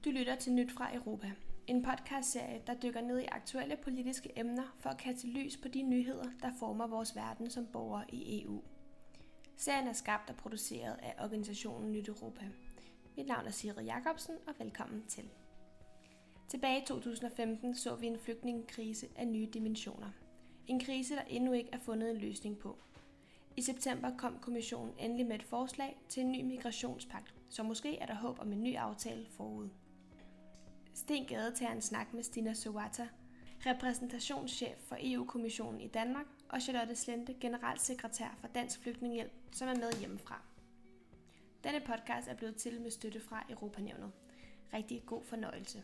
Du lytter til Nyt fra Europa, en podcastserie, der dykker ned i aktuelle politiske emner for at kaste lys på de nyheder, der former vores verden som borgere i EU. Serien er skabt og produceret af organisationen Nyt Europa. Mit navn er Sigrid Jacobsen, og velkommen til. Tilbage i 2015 så vi en flygtningekrise af nye dimensioner. En krise, der endnu ikke er fundet en løsning på. I september kom kommissionen endelig med et forslag til en ny migrationspagt, så måske er der håb om en ny aftale forud. Sten Gade tager en snak med Stina Sowata, repræsentationschef for EU-kommissionen i Danmark, og Charlotte Slente, generalsekretær for Dansk Flygtningehjælp, som er med hjemmefra. Denne podcast er blevet til med støtte fra Europanævnet. Rigtig god fornøjelse.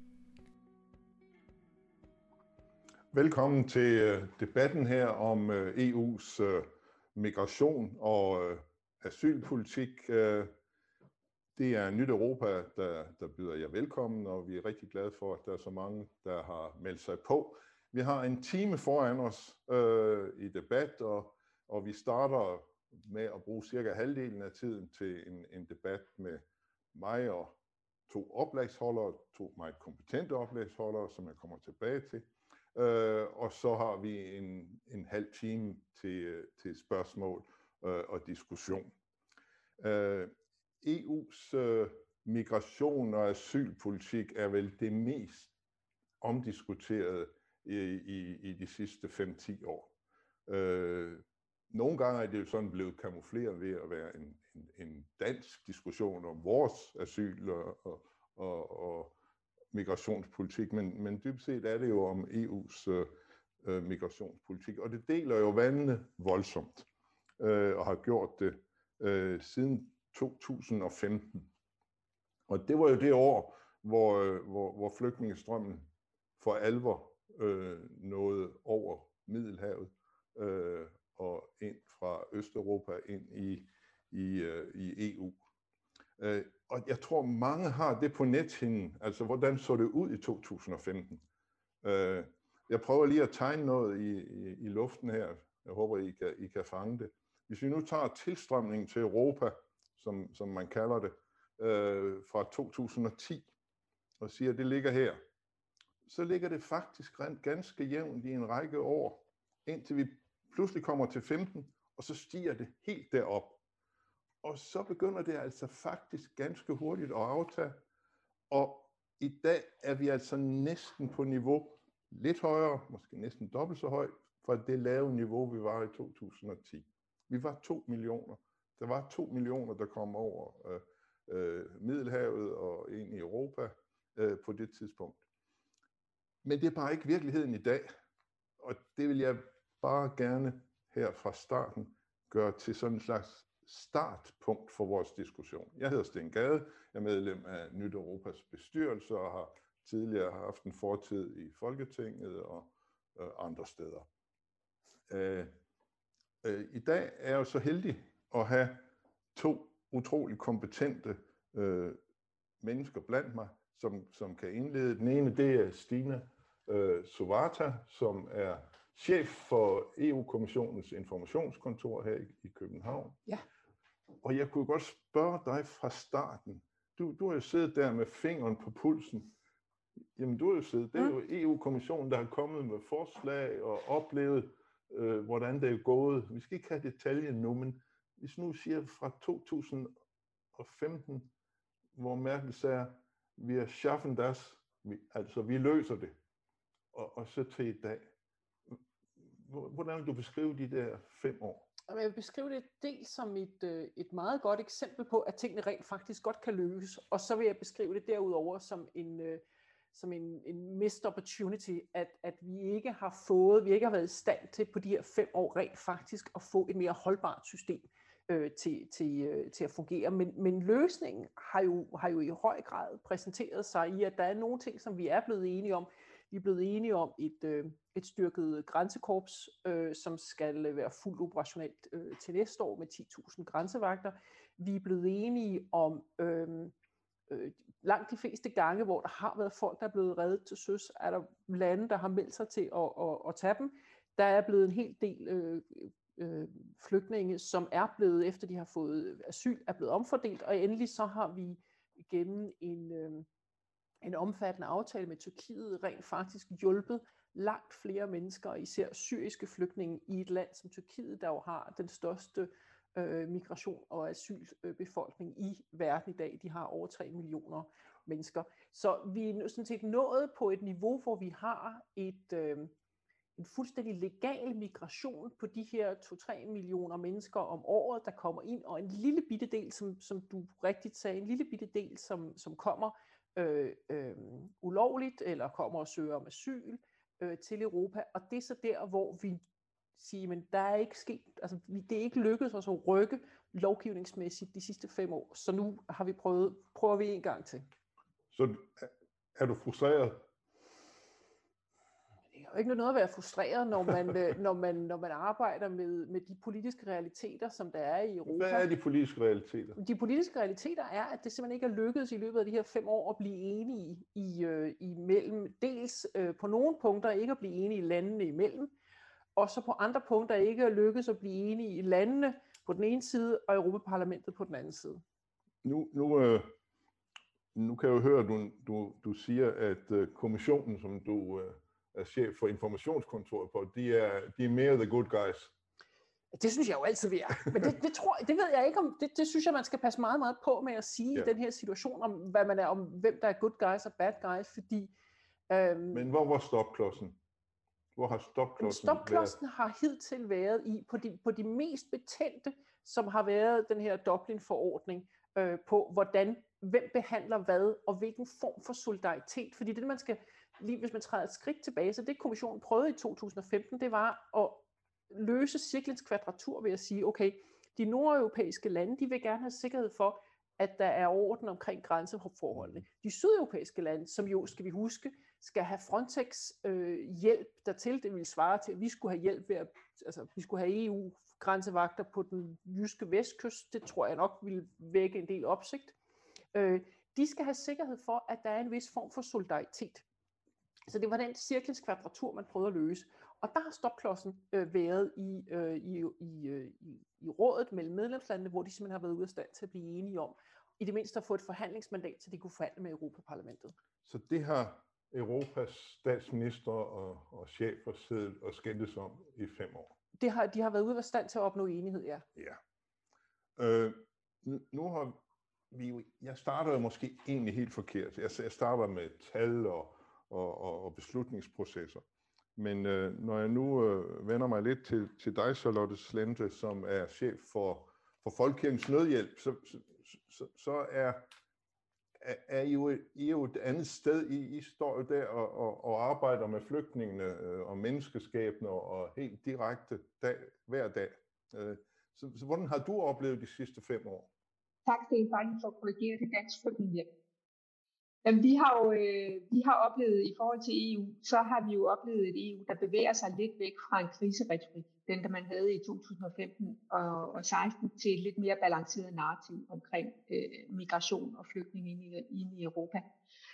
Velkommen til debatten her om EU's migration og asylpolitik. Det er Nyt Europa, der byder jer velkommen, og vi er rigtig glade for, at der er så mange, der har meldt sig på. Vi har en time foran os i debat, og vi starter med at bruge cirka halvdelen af tiden til en debat med mig og to oplægsholdere, to meget kompetente oplægsholdere, som jeg kommer tilbage til. Og så har vi en halv time til spørgsmål og diskussion. EU's migration og asylpolitik er vel det mest omdiskuterede i de sidste 5-10 år. Nogle gange er det jo sådan blevet kamufleret ved at være en dansk diskussion om vores asyl og migrationspolitik, men dybest set er det jo om EU's migrationspolitik, og det deler jo vandene voldsomt, og har gjort det siden 2015. Og det var jo det år, hvor flygtningestrømmen for alvor nåede over Middelhavet og ind fra Østeuropa ind i EU. Og jeg tror, mange har det på nethinden, altså hvordan så det ud i 2015. Jeg prøver lige at tegne noget i luften her. Jeg håber, I kan fange det. Hvis vi nu tager tilstrømningen til Europa, som man kalder det, fra 2010, og siger, at det ligger her, så ligger det faktisk ganske jævnt i en række år, indtil vi pludselig kommer til 15, og så stiger det helt derop. Og så begynder det altså faktisk ganske hurtigt at aftage, og i dag er vi altså næsten på niveau lidt højere, måske næsten dobbelt så højt, fra det lave niveau, vi var i 2010. Vi var 2 millioner. Der var 2 millioner, der kom over Middelhavet og ind i Europa på det tidspunkt. Men det er bare ikke virkeligheden i dag, og det vil jeg bare gerne her fra starten gøre til sådan en slags startpunkt for vores diskussion. Jeg hedder Sten Gade, jeg er medlem af Nyt Europas bestyrelse og har tidligere haft en fortid i Folketinget og andre steder. I dag er jeg jo så heldig at have to utrolig kompetente mennesker blandt mig, som kan indlede. Den ene, det er Stina Sowata, som er chef for EU-kommissionens informationskontor her i København. Ja. Og jeg kunne godt spørge dig fra starten. Du har jo siddet der med fingeren på pulsen. Jamen, du har jo siddet. Det er jo EU-kommissionen, der har kommet med forslag og oplevet, hvordan det er gået. Vi skal ikke have detaljer nu, men hvis nu siger fra 2015, hvor Merkel sagde, wir schaffen das, altså vi løser det, og så til i dag. Hvordan vil du beskrive de der 5 år? Jeg vil beskrive det dels som et meget godt eksempel på, at tingene rent faktisk godt kan løses, og så vil jeg beskrive det derudover som en missed opportunity, at vi ikke har været i stand til på de her 5 år rent faktisk at få et mere holdbart system til at fungere. Men løsningen har jo i høj grad præsenteret sig i, at der er nogle ting, som vi er blevet enige om. Vi er blevet enige om et styrket grænsekorps, som skal være fuldt operationelt til næste år med 10.000 grænsevagter. Vi er blevet enige om langt de fleste gange, hvor der har været folk, der er blevet reddet til søs, er der lande, der har meldt sig til at tage dem. Der er blevet en hel del flygtninge, som er blevet, efter de har fået asyl, er blevet omfordelt, og endelig så har vi gennem en omfattende aftale med Tyrkiet rent faktisk hjulpet langt flere mennesker, især syriske flygtninge, i et land som Tyrkiet, der jo har den største migration- og asylbefolkning i verden i dag. De har over 3 millioner mennesker. Så vi er sådan set nået på et niveau, hvor vi har en fuldstændig legal migration på de her 2-3 millioner mennesker om året, der kommer ind, og en lille bitte del, som du rigtigt sagde, en lille bitte del, som kommer ulovligt, eller kommer og søger om asyl til Europa. Og det er så der, hvor vi siger, men der er ikke sket, altså det er ikke lykkedes os at rykke lovgivningsmæssigt de sidste 5 år, så nu har vi prøver vi en gang til. Så er du frustreret? Det er jo ikke noget at være frustreret, når man arbejder med de politiske realiteter, som der er i Europa. Hvad er de politiske realiteter? De politiske realiteter er, at det simpelthen ikke er lykkedes i løbet af de her 5 år at blive enige imellem. Dels på nogle punkter ikke at blive enige landene imellem, og så på andre punkter ikke at lykkes at blive enige i landene på den ene side, og Europaparlamentet på den anden side. Nu kan jeg jo høre, at du siger, at kommissionen, som du er chef for informationskontoret på, de er mere the good guys. Det synes jeg jo altid, vi er. Men det ved jeg ikke om. Det synes jeg, man skal passe meget, meget på med at sige i den her situation, om hvad man er, om hvem der er good guys og bad guys, fordi... Men hvor var stopklodsen? Hvor har stopklodsen Stopklodsen har hidtil været på de mest betændte, som har været den her Dublin-forordning, på hvem behandler hvad, og hvilken form for solidaritet. Fordi det, man skal, lige hvis man træder et skridt tilbage, så det kommissionen prøvede i 2015, det var at løse cirklens kvadratur ved at sige, okay, de nordeuropæiske lande, de vil gerne have sikkerhed for, at der er orden omkring grænseforholdene. De sydeuropæiske lande, som jo, skal vi huske, skal have Frontex hjælp dertil, det vil svare til, at vi skulle have hjælp ved vi skulle have EU-grænsevagter på den jyske vestkyst, det tror jeg nok ville vække en del opsigt. De skal have sikkerhed for, at der er en vis form for solidaritet. Så det var den cirklens kvadratur, man prøvede at løse. Og der har stopklodsen været i rådet mellem medlemslandene, hvor de simpelthen har været ude af stand til at blive enige om, i det mindste at få et forhandlingsmandat, så de kunne forhandle med Europaparlamentet. Så det har Europas statsminister og chefer siddet og skændes om i 5 år? De har været ude af stand til at opnå enighed, ja. Nu har jeg starter måske egentlig helt forkert. Jeg starter med tal og beslutningsprocesser. Men når jeg nu vender mig lidt til dig, Charlotte Slente, som er chef for Folkekirkens Nødhjælp, så er I jo et andet sted. I står jo der og arbejder med flygtningene og menneskeskæbner og helt direkte hver dag. Så hvordan har du oplevet de sidste 5 år? Tak, Stefan, for at korrigere det Dansk Flygtningehjælp. Jamen, vi har oplevet i forhold til EU, så har vi jo oplevet et EU, der bevæger sig lidt væk fra en kriseretorik, den der man havde i 2015 og 16, til et lidt mere balanceret narrativ omkring migration og flygtninge ind i Europa.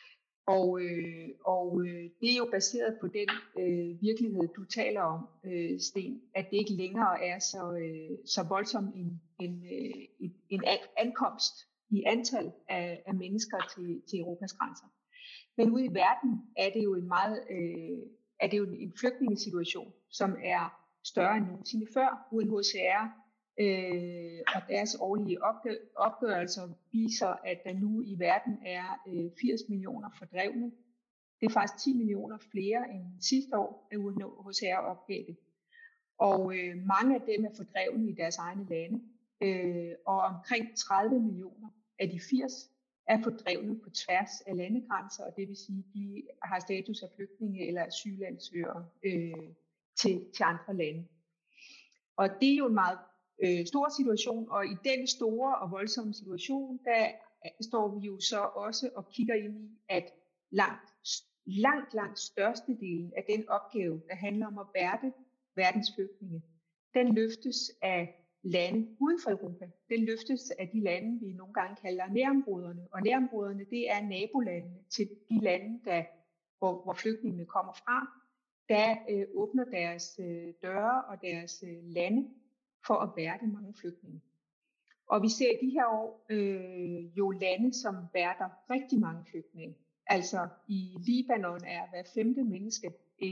Og det er jo baseret på den virkelighed, du taler om, Sten, at det ikke længere er så voldsom en ankomst i antal af mennesker til Europas grænser. Men ude i verden er det jo en flygtningesituation, som er større end nogensinde før. UNHCR og deres årlige opgørelser viser, at der nu i verden er 80 millioner fordrevne. Det er faktisk 10 millioner flere end sidste år, at UNHCR opgav det. Og mange af dem er fordrevne i deres egne lande. Og omkring 30 millioner af de 80 er fordrevne på tværs af landegrænser, og det vil sige, at de har status af flygtninge eller asylansøgere til andre lande. Og det er jo en meget stor situation, og i den store og voldsomme situation, der står vi jo så også og kigger ind i, at langt størstedelen af den opgave, der handler om at bærte verdens flygtninge, den løftes af lande uden for Europa. Den løftes af de lande, vi nogle gange kalder nærområderne. Og nærområderne, det er nabolandene til de lande, hvor flygtningene kommer fra, der åbner deres døre og deres lande for at bærte mange flygtninge. Og vi ser i de her år jo lande, som bærter rigtig mange flygtninge. Altså i Libanon er hver 5. menneske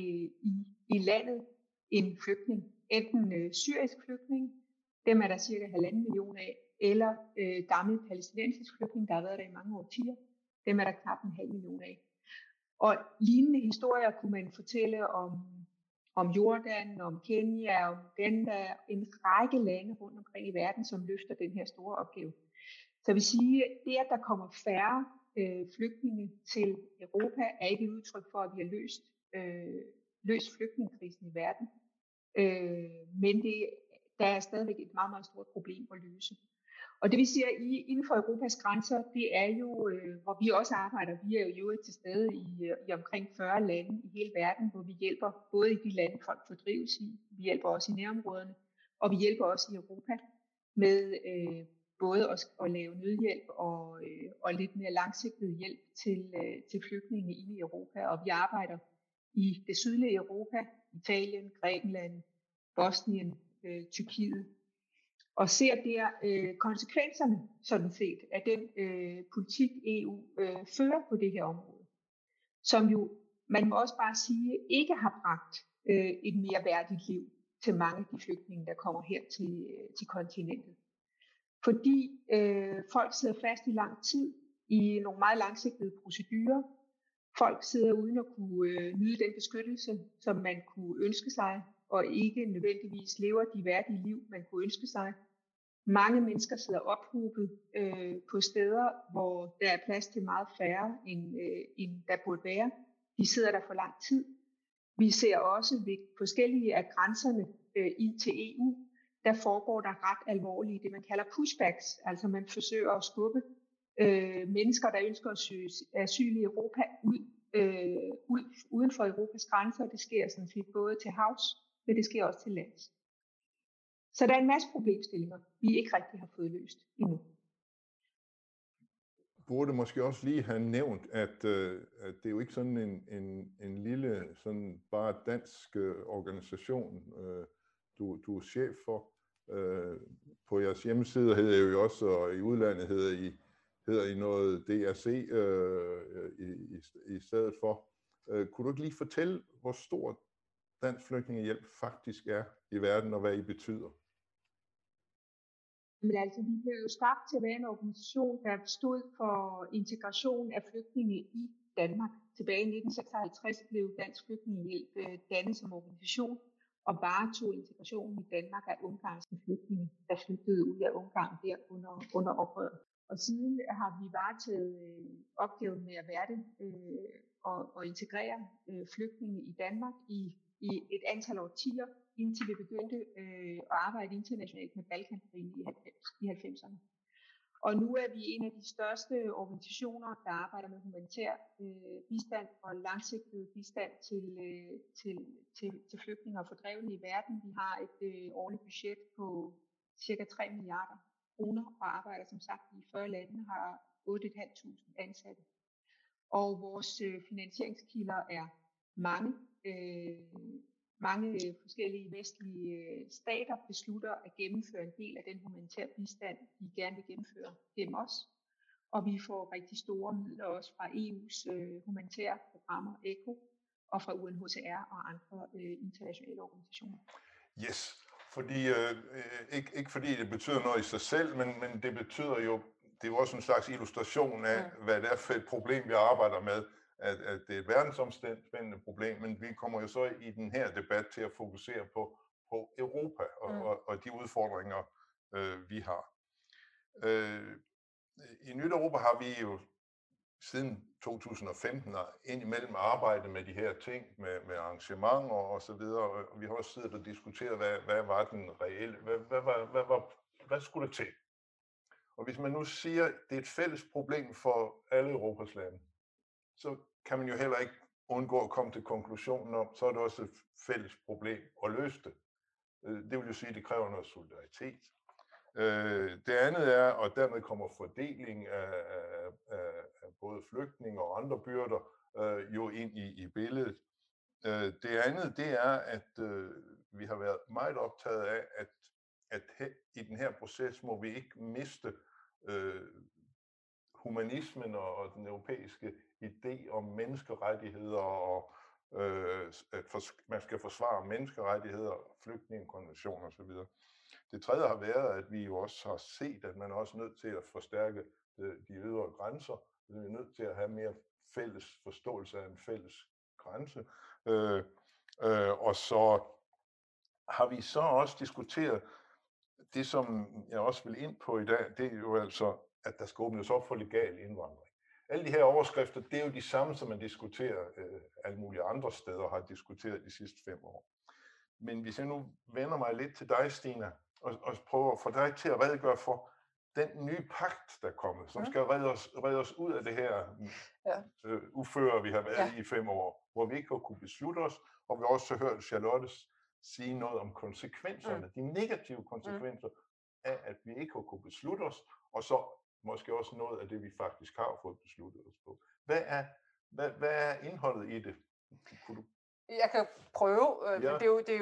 i landet en flygtning. Enten syrisk flygtning, dem er der cirka 1,5 million af, eller gammel palæstinensisk flygtning, der har været der i mange årtier, dem er der knap 0,5 million af. Og lignende historier kunne man fortælle om Jordan, om Kenya, om Uganda, en række lande rundt omkring i verden, som løfter den her store opgave. Så jeg vil sige, det at der kommer færre flygtninge til Europa, er ikke et udtryk for, at vi har løst flygtningekrisen i verden. Men der er stadigvæk et meget, meget stort problem at løse. Og det vi siger inden for Europas grænser, det er jo, hvor vi også arbejder, vi er jo til stede i omkring 40 lande i hele verden, hvor vi hjælper både i de lande, folk fordrives i, vi hjælper også i nærområderne, og vi hjælper også i Europa med både at lave nødhjælp og lidt mere langsigtet hjælp til flygtninge inde i Europa. Og vi arbejder i det sydlige Europa, Italien, Grækenland, Bosnien, Tyrkiet, og ser der konsekvenserne sådan set af den politik EU fører på det her område, som jo, man må også bare sige, ikke har bragt et mere værdigt liv til mange af de flygtninge, der kommer her til kontinentet. Fordi folk sidder fast i lang tid i nogle meget langsigtede procedurer. Folk sidder uden at kunne nyde den beskyttelse, som man kunne ønske sig, og ikke nødvendigvis lever de værdige liv, man kunne ønske sig. Mange mennesker sidder ophobet på steder, hvor der er plads til meget færre, end der burde være. De sidder der for lang tid. Vi ser også ved forskellige af grænserne ind til EU, der foregår der ret alvorlige, det man kalder pushbacks. Altså man forsøger at skubbe mennesker, der ønsker at søge asyl i Europa, uden for Europas grænser. Det sker sådan set både til havs, men det sker også til lands. Så der er en masse problemstillinger, vi ikke rigtig har fået løst endnu. Burde måske også lige have nævnt, at det er jo ikke sådan en lille, sådan bare dansk organisation, du er chef for. På jeres hjemmeside hedder I jo også, og i udlandet hedder I noget DRC i stedet for. Kunne du ikke lige fortælle, hvor stor Dansk Flygtningehjælp faktisk er i verden, og hvad I betyder? Men altså, vi blev jo skabt til at være en organisation, der stod for integration af flygtninge i Danmark. Tilbage i 1956 blev Dansk Flygtningehjælp dannet som organisation og varetog integrationen i Danmark af ungarske flygtninge, der flygtede ud af Ungarn der under oprøret. Og siden har vi varetaget opgaven med at værne og integrere flygtninge i Danmark i et antal årtier, indtil vi begyndte at arbejde internationalt med Balkankrigen i 90'erne. Og nu er vi en af de største organisationer, der arbejder med humanitær bistand og langsigtet bistand til flygtninge og fordrevne i verden. Vi har et årligt budget på ca. 3 milliarder kroner og arbejder som sagt i 40 lande, har 8.500 ansatte. Og vores finansieringskilder er mange. Mange forskellige vestlige stater beslutter at gennemføre en del af den humanitære bistand, de gerne vil gennemføre gennem os. Og vi får rigtig store midler også fra EU's humanitære programmer, ECHO, og fra UNHCR og andre internationale organisationer. Yes, fordi, ikke fordi det betyder noget i sig selv, men det betyder jo, det er jo også en slags illustration af, hvad det er for et problem, vi arbejder med. At det er et verdensomspændende problem, men vi kommer jo så i den her debat til at fokusere på Europa og de udfordringer, vi har. I Nyt Europa har vi jo siden 2015 indimellem arbejdet med de her ting, med arrangementer og så videre, og vi har også siddet og diskuteret, hvad var den reelle, hvad skulle det til? Og hvis man nu siger, at det er et fælles problem for alle Europas lande, så kan man jo heller ikke undgå at komme til konklusionen om, så er det også et fælles problem at løse det. Det vil jo sige, at det kræver noget solidaritet. Det andet er, og dermed kommer fordeling af både flygtninge og andre byrder jo ind i billedet. Det andet, det er, at vi har været meget optaget af, at i den her proces må vi ikke miste humanismen og den europæiske idé om menneskerettigheder og man skal forsvare menneskerettigheder, flygtningekonventioner osv. Det tredje har været, at vi jo også har set, at man er også nødt til at forstærke de ydre grænser. Vi er nødt til at have mere fælles forståelse af en fælles grænse. Og så har vi så også diskuteret det, som jeg også vil ind på i dag, det er jo altså, at der skal åbnes op for legal indvandring. Alle de her overskrifter, det er jo de samme, som man diskuterer alle mulige andre steder og har diskuteret de sidste 5 år. Men hvis jeg nu vender mig lidt til dig, Stina, og prøver at få dig til at redegøre for den nye pagt, der er kommet, som skal redde os ud af det her uføre, vi har været i 5 år, hvor vi ikke har kunne beslutte os, og vi har også hørt Charlotte sige noget om konsekvenserne, de negative konsekvenser af, at vi ikke har kunne beslutte os, og så måske også noget af det, vi faktisk har fået besluttet os på. Hvad er indholdet i det? Jeg kan prøve, men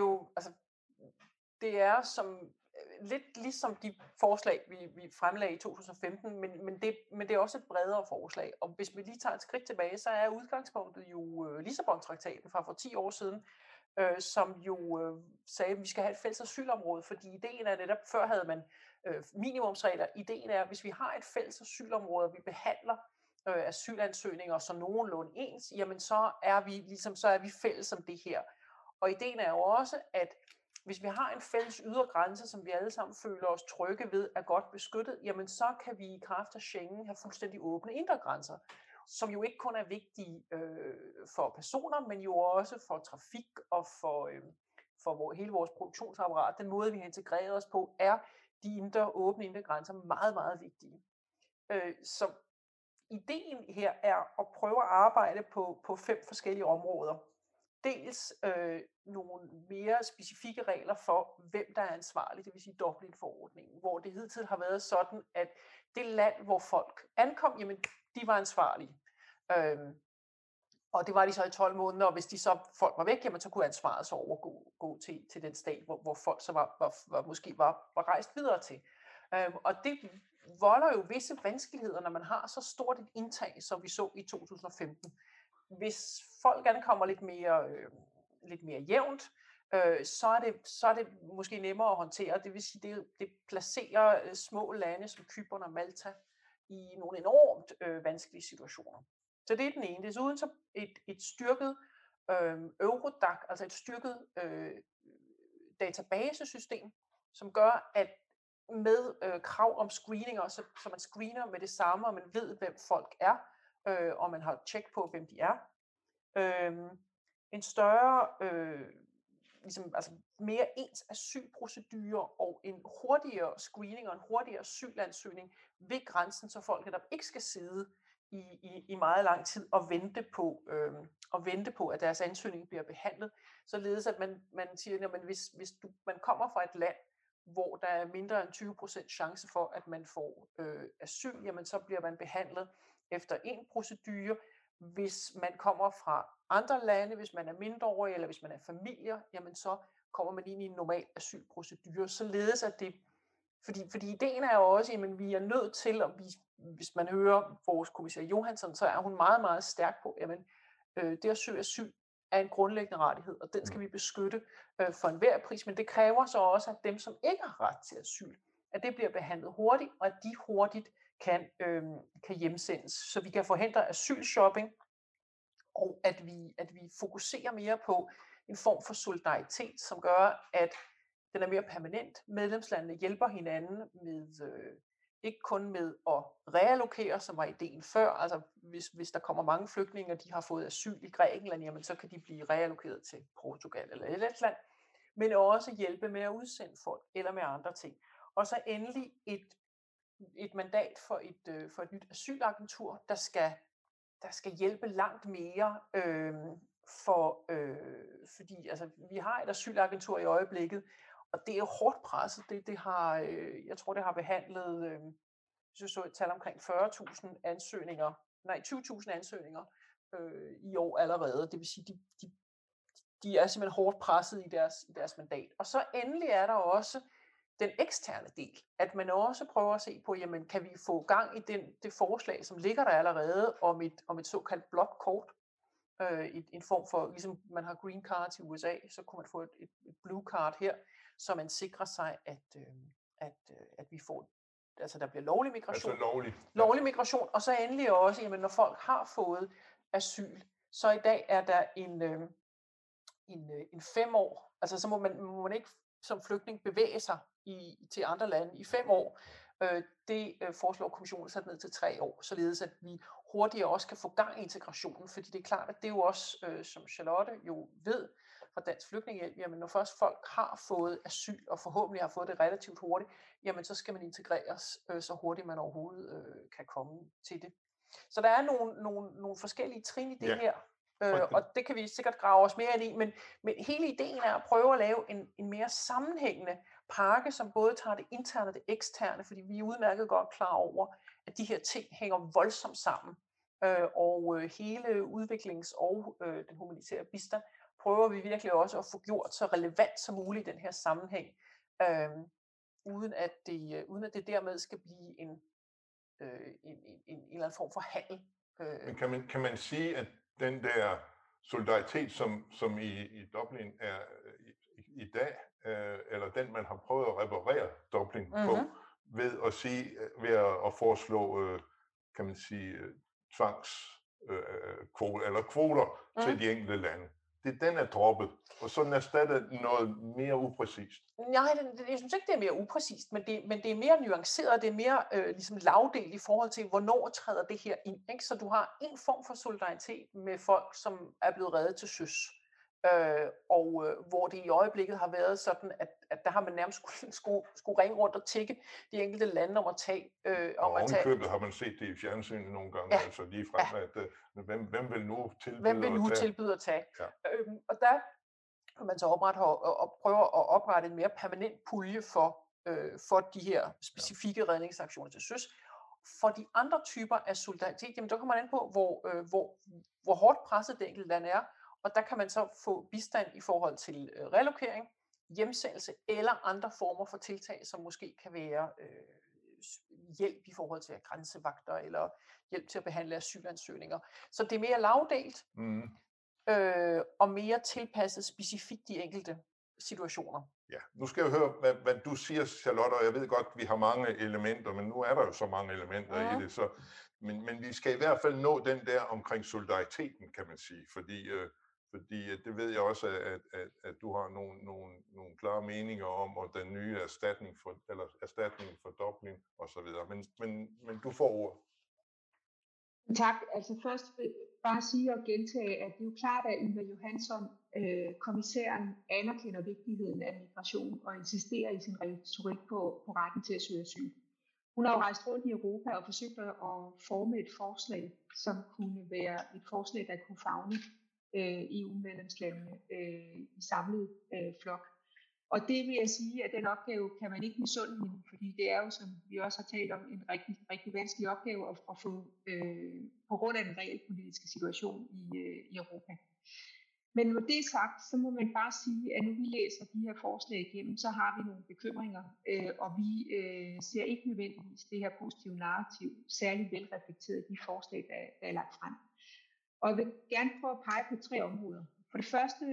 det er som lidt ligesom de forslag, vi fremlagde i 2015, men det er også et bredere forslag. Og hvis vi lige tager et skridt tilbage, så er udgangspunktet jo Lissabon-traktaten fra for 10 år siden, som jo sagde, at vi skal have et fælles asylområde, fordi ideen er netop, før havde man minimumsregler. Ideen er, at hvis vi har et fælles asylområde, og vi behandler asylansøgninger så nogenlunde ens, jamen så er vi fælles om det her. Og ideen er jo også, at hvis vi har en fælles ydre grænse, som vi alle sammen føler os trygge ved, er godt beskyttet, jamen så kan vi i kraft af Schengen have fuldstændig åbne indre grænser, som jo ikke kun er vigtige for personer, men jo også for trafik og for hele vores produktionsapparat. Den måde, vi har integreret os på, er de åbne indre grænser meget, meget vigtige. Så ideen her er at prøve at arbejde på 5 forskellige områder. Dels nogle mere specifikke regler for, hvem der er ansvarlig, det vil sige Dublin-forordningen, hvor det hidtil har været sådan, at det land, hvor folk ankom, jamen, de var ansvarlige. Og det var de så i 12 måneder, og hvis folk var væk, jamen, så kunne ansvaret så overgå til den stat, hvor folk så måske var rejst videre til. Og det volder jo visse vanskeligheder, når man har så stort et indtag, som vi så i 2015. Hvis folk ankommer lidt mere jævnt, så er det måske nemmere at håndtere. Det vil sige, det placerer små lande som Cypern og Malta i nogle enormt vanskelige situationer. Så det er den ene. Desuden så et styrket Eurodac, altså et styrket databasesystem, som gør, at med krav om screeninger, så man screener med det samme, og man ved, hvem folk er, og man har tjek på, hvem de er. En større, mere ens asylprocedure og en hurtigere screening og en hurtigere asylansøgning ved grænsen, så folk netop ikke skal sidde i meget lang tid og vente på, at deres ansøgning bliver behandlet, således at man siger, at hvis man kommer fra et land, hvor der er mindre end 20% chance for, at man får asyl, jamen så bliver man behandlet efter en procedure. Hvis man kommer fra andre lande, hvis man er mindreårig, eller hvis man er familier, jamen så kommer man ind i en normal asylprocedure, således at det, fordi ideen er jo også, at vi er nødt til, og hvis man hører vores kommissær Johansson, så er hun meget, meget stærk på, at det at søge asyl er en grundlæggende rettighed, og den skal vi beskytte for enhver pris, men det kræver så også, at dem, som ikke har ret til asyl, at det bliver behandlet hurtigt, og at de hurtigt kan hjemsendes, så vi kan forhindre asylshopping, og at vi fokuserer mere på en form for solidaritet, som gør, at den er mere permanent. Medlemslandene hjælper hinanden med, ikke kun med at reallokere, som var ideen før, altså hvis der kommer mange flygtninge, og de har fået asyl i Grækenland, jamen så kan de blive reallokeret til Portugal eller Letland, men også hjælpe med at udsende folk, eller med andre ting. Og så endelig et mandat for et nyt asylagentur, der skal hjælpe langt mere, fordi altså, vi har et asylagentur i øjeblikket, og det er jo hårdt presset. Jeg tror, det har behandlet, så et tal omkring 40.000 ansøgninger, 20.000 ansøgninger i år allerede. Det vil sige, de er simpelthen hårdt presset i deres mandat. Og så endelig er der også den eksterne del. At man også prøver at se på, jamen kan vi få gang i det forslag, som ligger der allerede om et såkaldt blåt kort, en form for, ligesom man har green cards i USA, så kunne man få et blue card her, så man sikrer sig, at vi får, altså der bliver lovlig migration. Altså lovlig migration, og så endelig også, jamen når folk har fået asyl, så i dag er der en 5 år, altså så må man ikke som flygtning bevæge sig til andre lande i 5 år. Det foreslår kommissionen sat ned til 3 år, således at vi hurtigere også kan få gang i integrationen, fordi det er klart, at det er jo også, som Charlotte jo ved fra Dansk Flygtningehjælp, jamen når først folk har fået asyl, og forhåbentlig har fået det relativt hurtigt, jamen så skal man integreres så hurtigt man overhovedet kan komme til det. Så der er nogle forskellige trin i det her, og det kan vi sikkert grave os mere ind i, men hele ideen er at prøve at lave en mere sammenhængende pakke, som både tager det interne og det eksterne, fordi vi er udmærket godt klar over, at de her ting hænger voldsomt sammen, og hele udviklings- og den humanitære bistand prøver vi virkelig også at få gjort så relevant som muligt i den her sammenhæng, uden at det dermed skal blive en eller anden form for handel. Men kan man sige, at den der solidaritet, som i Dublin er i dag, eller den man har prøvet at reparere Dublin på, ved at foreslå, kan man sige, tvangskvoter eller kvoter til de enkelte lande. Den er droppet, og så den erstattet noget mere upræcist. Nej, jeg synes ikke, det er mere upræcist, men det er mere nuanceret, det er mere ligesom lavdelt i forhold til, hvornår træder det her ind. Ikke? Så du har en form for solidaritet med folk, som er blevet reddet til søs. Hvor det i øjeblikket har været sådan, at der har man nærmest skulle ringe rundt og tække de enkelte lande om at tage. Og ovenkøbet har man set det i fjernsynet nogle gange, altså lige frem, at hvem vil nu tilbyde at tage? Ja. Og der kan man så prøve at oprette en mere permanent pulje for de her specifikke redningsaktioner til søs. For de andre typer af solidaritet, jamen der kommer man an på, hvor hårdt presset det enkelte land er, og der kan man så få bistand i forhold til relokering, hjemsendelse eller andre former for tiltag, som måske kan være hjælp i forhold til grænsevagter eller hjælp til at behandle asylansøgninger. Så det er mere lavdelt og mere tilpasset specifikt de enkelte situationer. Ja, nu skal jeg høre, hvad du siger, Charlotte, og jeg ved godt, at vi har mange elementer, men nu er der jo så mange elementer i det, så, men vi skal i hvert fald nå den der omkring solidariteten, kan man sige, fordi det ved jeg også, at du har nogle klare meninger om, og den nye erstatning for Dublin og så videre. Men du får ordet. Tak. Altså først vil bare sige og gentage, at det er jo klart, at Ylva Johansson, kommissæren, anerkender vigtigheden af migration og insisterer i sin retorik på retten til at søge asyl. Hun har jo rejst rundt i Europa og forsøgt at forme et forslag, som kunne være et forslag, der kunne favne EU-medlemslandene i samlet flok. Og det vil jeg sige, at den opgave kan man ikke misunde hende, fordi det er jo, som vi også har talt om, en rigtig, rigtig vanskelig opgave at få på grund af den realpolitiske situation i Europa. Men når det er sagt, så må man bare sige, at nu vi læser de her forslag igennem, så har vi nogle bekymringer, og vi ser ikke nødvendigvis det her positive narrativ særlig velreflekteret i de forslag, der er lagt frem. Og jeg vil gerne prøve at pege på 3 områder. For det første,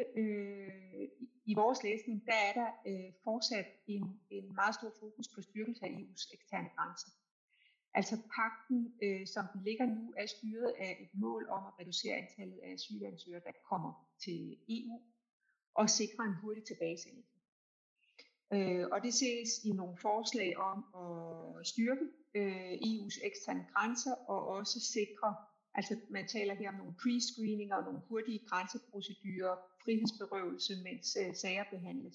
i vores læsning, der er der fortsat en meget stor fokus på styrkelse af EU's eksterne grænser. Altså pagten, som den ligger nu, er styret af et mål om at reducere antallet af asylansøgere, der kommer til EU, og sikre en hurtig tilbagesendelse. Og det ses i nogle forslag om at styrke EU's eksterne grænser, og også sikre, altså man taler her om nogle pre-screeninger og nogle hurtige grænseprocedurer, frihedsberøvelse, mens sager behandles.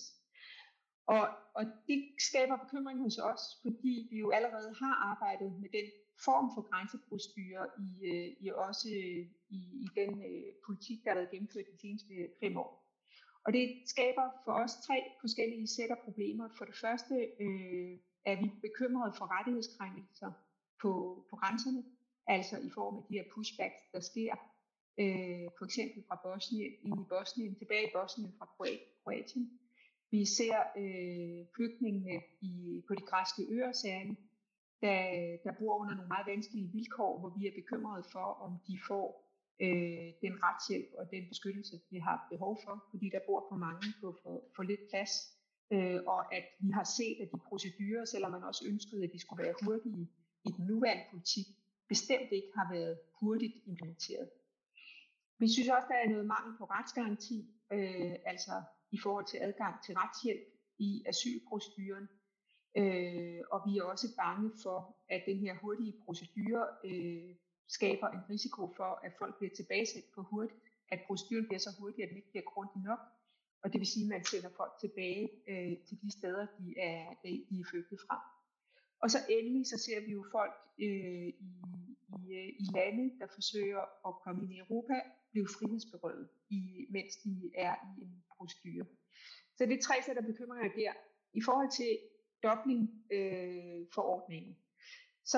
Og det skaber bekymring hos os, fordi vi jo allerede har arbejdet med den form for grænseprocedurer i den politik, der har været gennemført de seneste 5 år. Og det skaber for os 3 forskellige sæt af problemer. For det første er vi bekymrede for rettighedskrænkelser på grænserne, altså i form af de her pushbacks, der sker, for eksempel fra Bosnien, ind i Bosnien, tilbage i Bosnien fra Kroatien. Vi ser flygtningene på de græske øer særligt, der bor under nogle meget vanskelige vilkår, hvor vi er bekymrede for, om de får den retshjælp og den beskyttelse, de har behov for, fordi der bor for mange på for lidt plads. Og at vi har set, at de procedurer, selvom man også ønskede, at de skulle være hurtige i den nuværende politik, bestemt ikke har været hurtigt implementeret. Vi synes også, der er noget mangel på retsgaranti, altså i forhold til adgang til retshjælp i asylproceduren. Og vi er også bange for, at den her hurtige procedure skaber en risiko for, at folk bliver tilbagesendt for hurtigt, at proceduren bliver så hurtig, at den ikke bliver grundig nok. Og det vil sige, at man sender folk tilbage til de steder, de er flygtet fra. Og så endelig så ser vi jo folk i lande, der forsøger at komme ind i Europa, blive frihedsberøvet, mens de er i en procedure. Så det er 3 sæt af bekymringer der. I forhold til Dublin-forordningen, så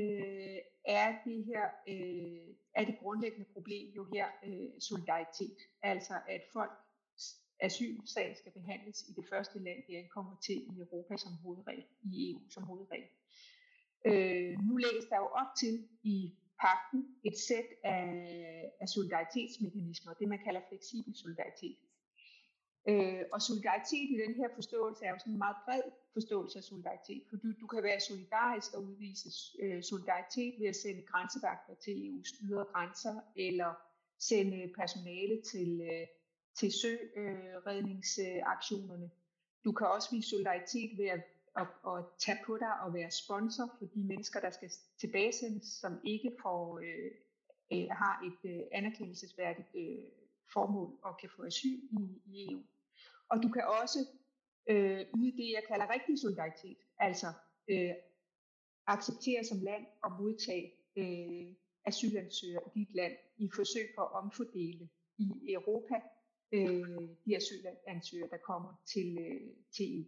er det grundlæggende problem jo her solidaritet. Altså at folk asylsag skal behandles i det første land, de ankommer til i Europa som hovedregel, i EU som hovedregel. Nu lægges der jo op til i pagten et sæt af solidaritetsmekanismer, det man kalder fleksibel solidaritet. Og solidaritet i den her forståelse er jo sådan en meget bred forståelse af solidaritet, for du kan være solidarisk og udvise solidaritet ved at sende grænsevagter til EU's ydre grænser, eller sende personale til søredningsaktionerne. Du kan også vise solidaritet ved at tage på dig og være sponsor for de mennesker, der skal tilbagesendes, som ikke har et anerkendelsesværdigt formål og kan få asyl i EU. Og du kan også yde det, jeg kalder rigtig solidaritet, altså acceptere som land og modtage asylansøgere i dit land i forsøg på at omfordele i Europa de asylansøgere, der kommer til EU.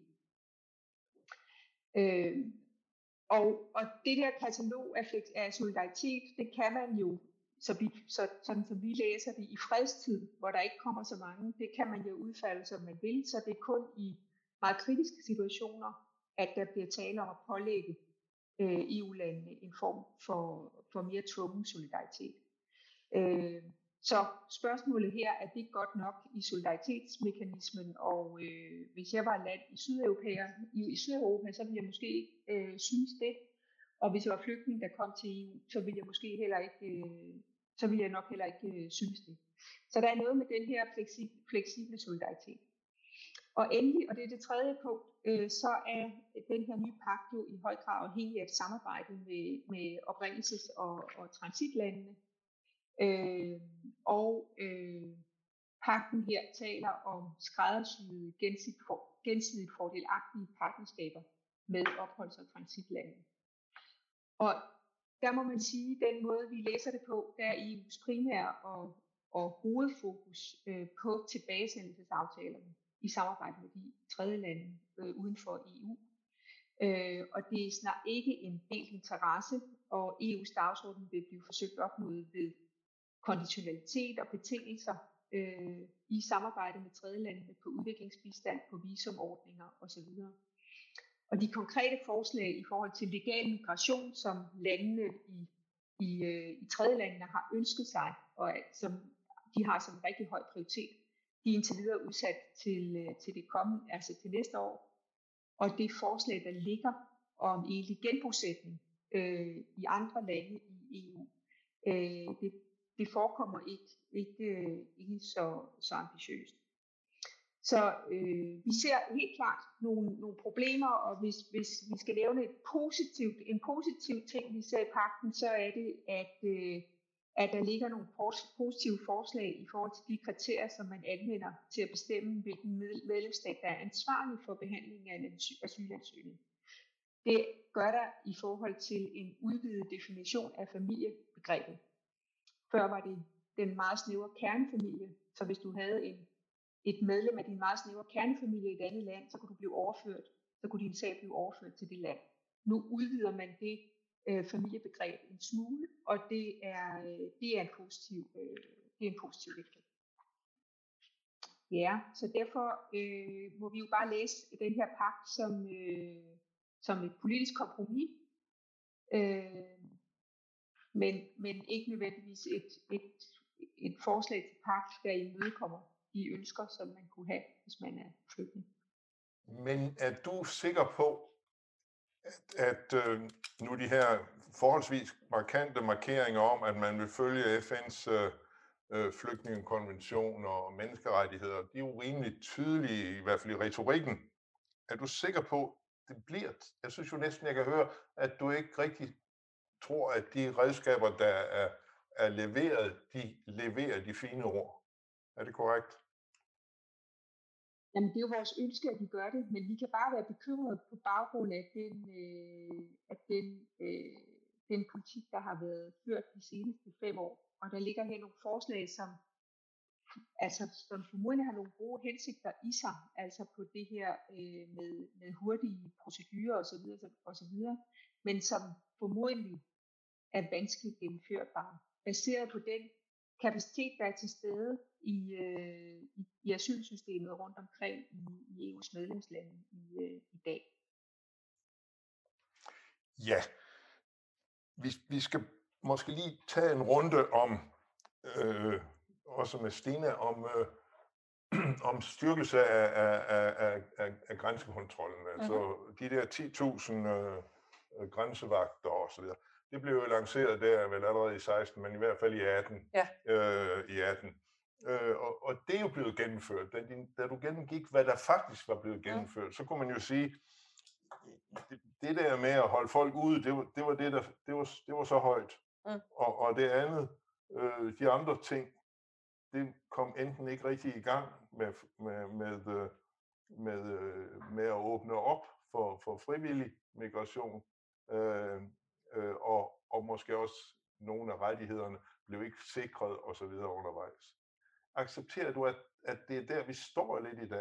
Og det der katalog af solidaritet, det kan man jo, sådan som vi læser det, i fredstid, hvor der ikke kommer så mange, det kan man jo udfalde, som man vil, så det er kun i meget kritiske situationer, at der bliver tale om at pålægge EU-landene en form for mere tvungen solidaritet. Så spørgsmålet her, er det godt nok i solidaritetsmekanismen, og hvis jeg var et land i Sydeuropa, så ville jeg måske ikke synes det, og hvis jeg var flygtning, der kom til EU, så ville jeg nok heller ikke synes det. Så der er noget med den her fleksible solidaritet. Og endelig, og det er det tredje punkt, så er den her nye pagt jo i høj grad afhængig af et samarbejde med oprindelses- og transitlandene. Pagten her taler om skræddersyede gensidigt fordelagtige partnerskaber med opholds- og transitlande. Og der må man sige, at den måde, vi læser det på, der er EU's primære og hovedfokus på tilbagesendelsesaftalerne i samarbejde med de tredje lande uden for EU. Og det er snart ikke en delt interesse, og EU's dagsorden vil blive forsøgt opnået ved konditionalitet og betingelser i samarbejde med tredjelandene på udviklingsbistand, på visumordninger osv. Og de konkrete forslag i forhold til legal migration, som landene i tredjelandene har ønsket sig, og som de har som en rigtig høj prioritet, de er indtil videre udsat til det kommende, altså til næste år. Og det forslag, der ligger om egentlig genbosætning i andre lande i EU, det forekommer ikke så ambitiøst. Så vi ser helt klart nogle problemer, og hvis vi skal nævne en positiv ting, vi ser i pagten, så er det, at der ligger nogle positive forslag i forhold til de kriterier, som man anvender til at bestemme, hvilken medlemsstat, der er ansvarlig for behandlingen af en asylansøgning. Det gør der i forhold til en udvidet definition af familiebegrebet. Før var det den meget snævre kernefamilie, så hvis du havde et medlem af din meget snævre kernefamilie i et andet land, så kunne din sag blive overført til det land. Nu udvider man det familiebegreb en smule, og det er en positiv effekt. Ja, så derfor må vi jo bare læse den her pagt som et politisk kompromis, men ikke nødvendigvis et forslag til pagt, der imødekommer de ønsker, som man kunne have, hvis man er flygtning. Men er du sikker på, at nu de her forholdsvis markante markeringer om, at man vil følge FN's flygtningekonvention og menneskerettigheder, de er jo rimelig tydelige, i hvert fald i retorikken. Er du sikker på, det bliver? Jeg synes jo næsten, jeg kan høre, at du ikke rigtig tror, at de redskaber, der er leveret, de leverer de fine ord. Er det korrekt? Jamen, det er jo vores ønske, at vi gør det, men vi kan bare være bekymrede på baggrund af den politik, der har været ført de seneste 5 år. Og der ligger her nogle forslag, som formodentlig har nogle gode hensigter i sig, altså på det her med hurtige procedurer osv., men som formodentlig er vanskeligt gennemførbare, baseret på den kapacitet, der er til stede i asylsystemet rundt omkring i EU's medlemslande i dag. Ja, vi skal måske lige tage en runde om, også med Stine, om styrkelse af grænsekontrollen. Altså de der 10.000 grænsevagter og så videre. Det blev jo lanceret der vel allerede i 16, men i hvert fald i 18. Ja. I 18. Og det er jo blevet gennemført. Da du gennemgik, hvad der faktisk var blevet gennemført, så kunne man jo sige, det der med at holde folk ude, det var så højt. Og det andet, de andre ting, det kom enten ikke rigtig i gang med at åbne op for frivillig migration, og måske også nogle af rettighederne blev ikke sikret og så videre undervejs. Accepterer du, at det er der, vi står lidt i dag?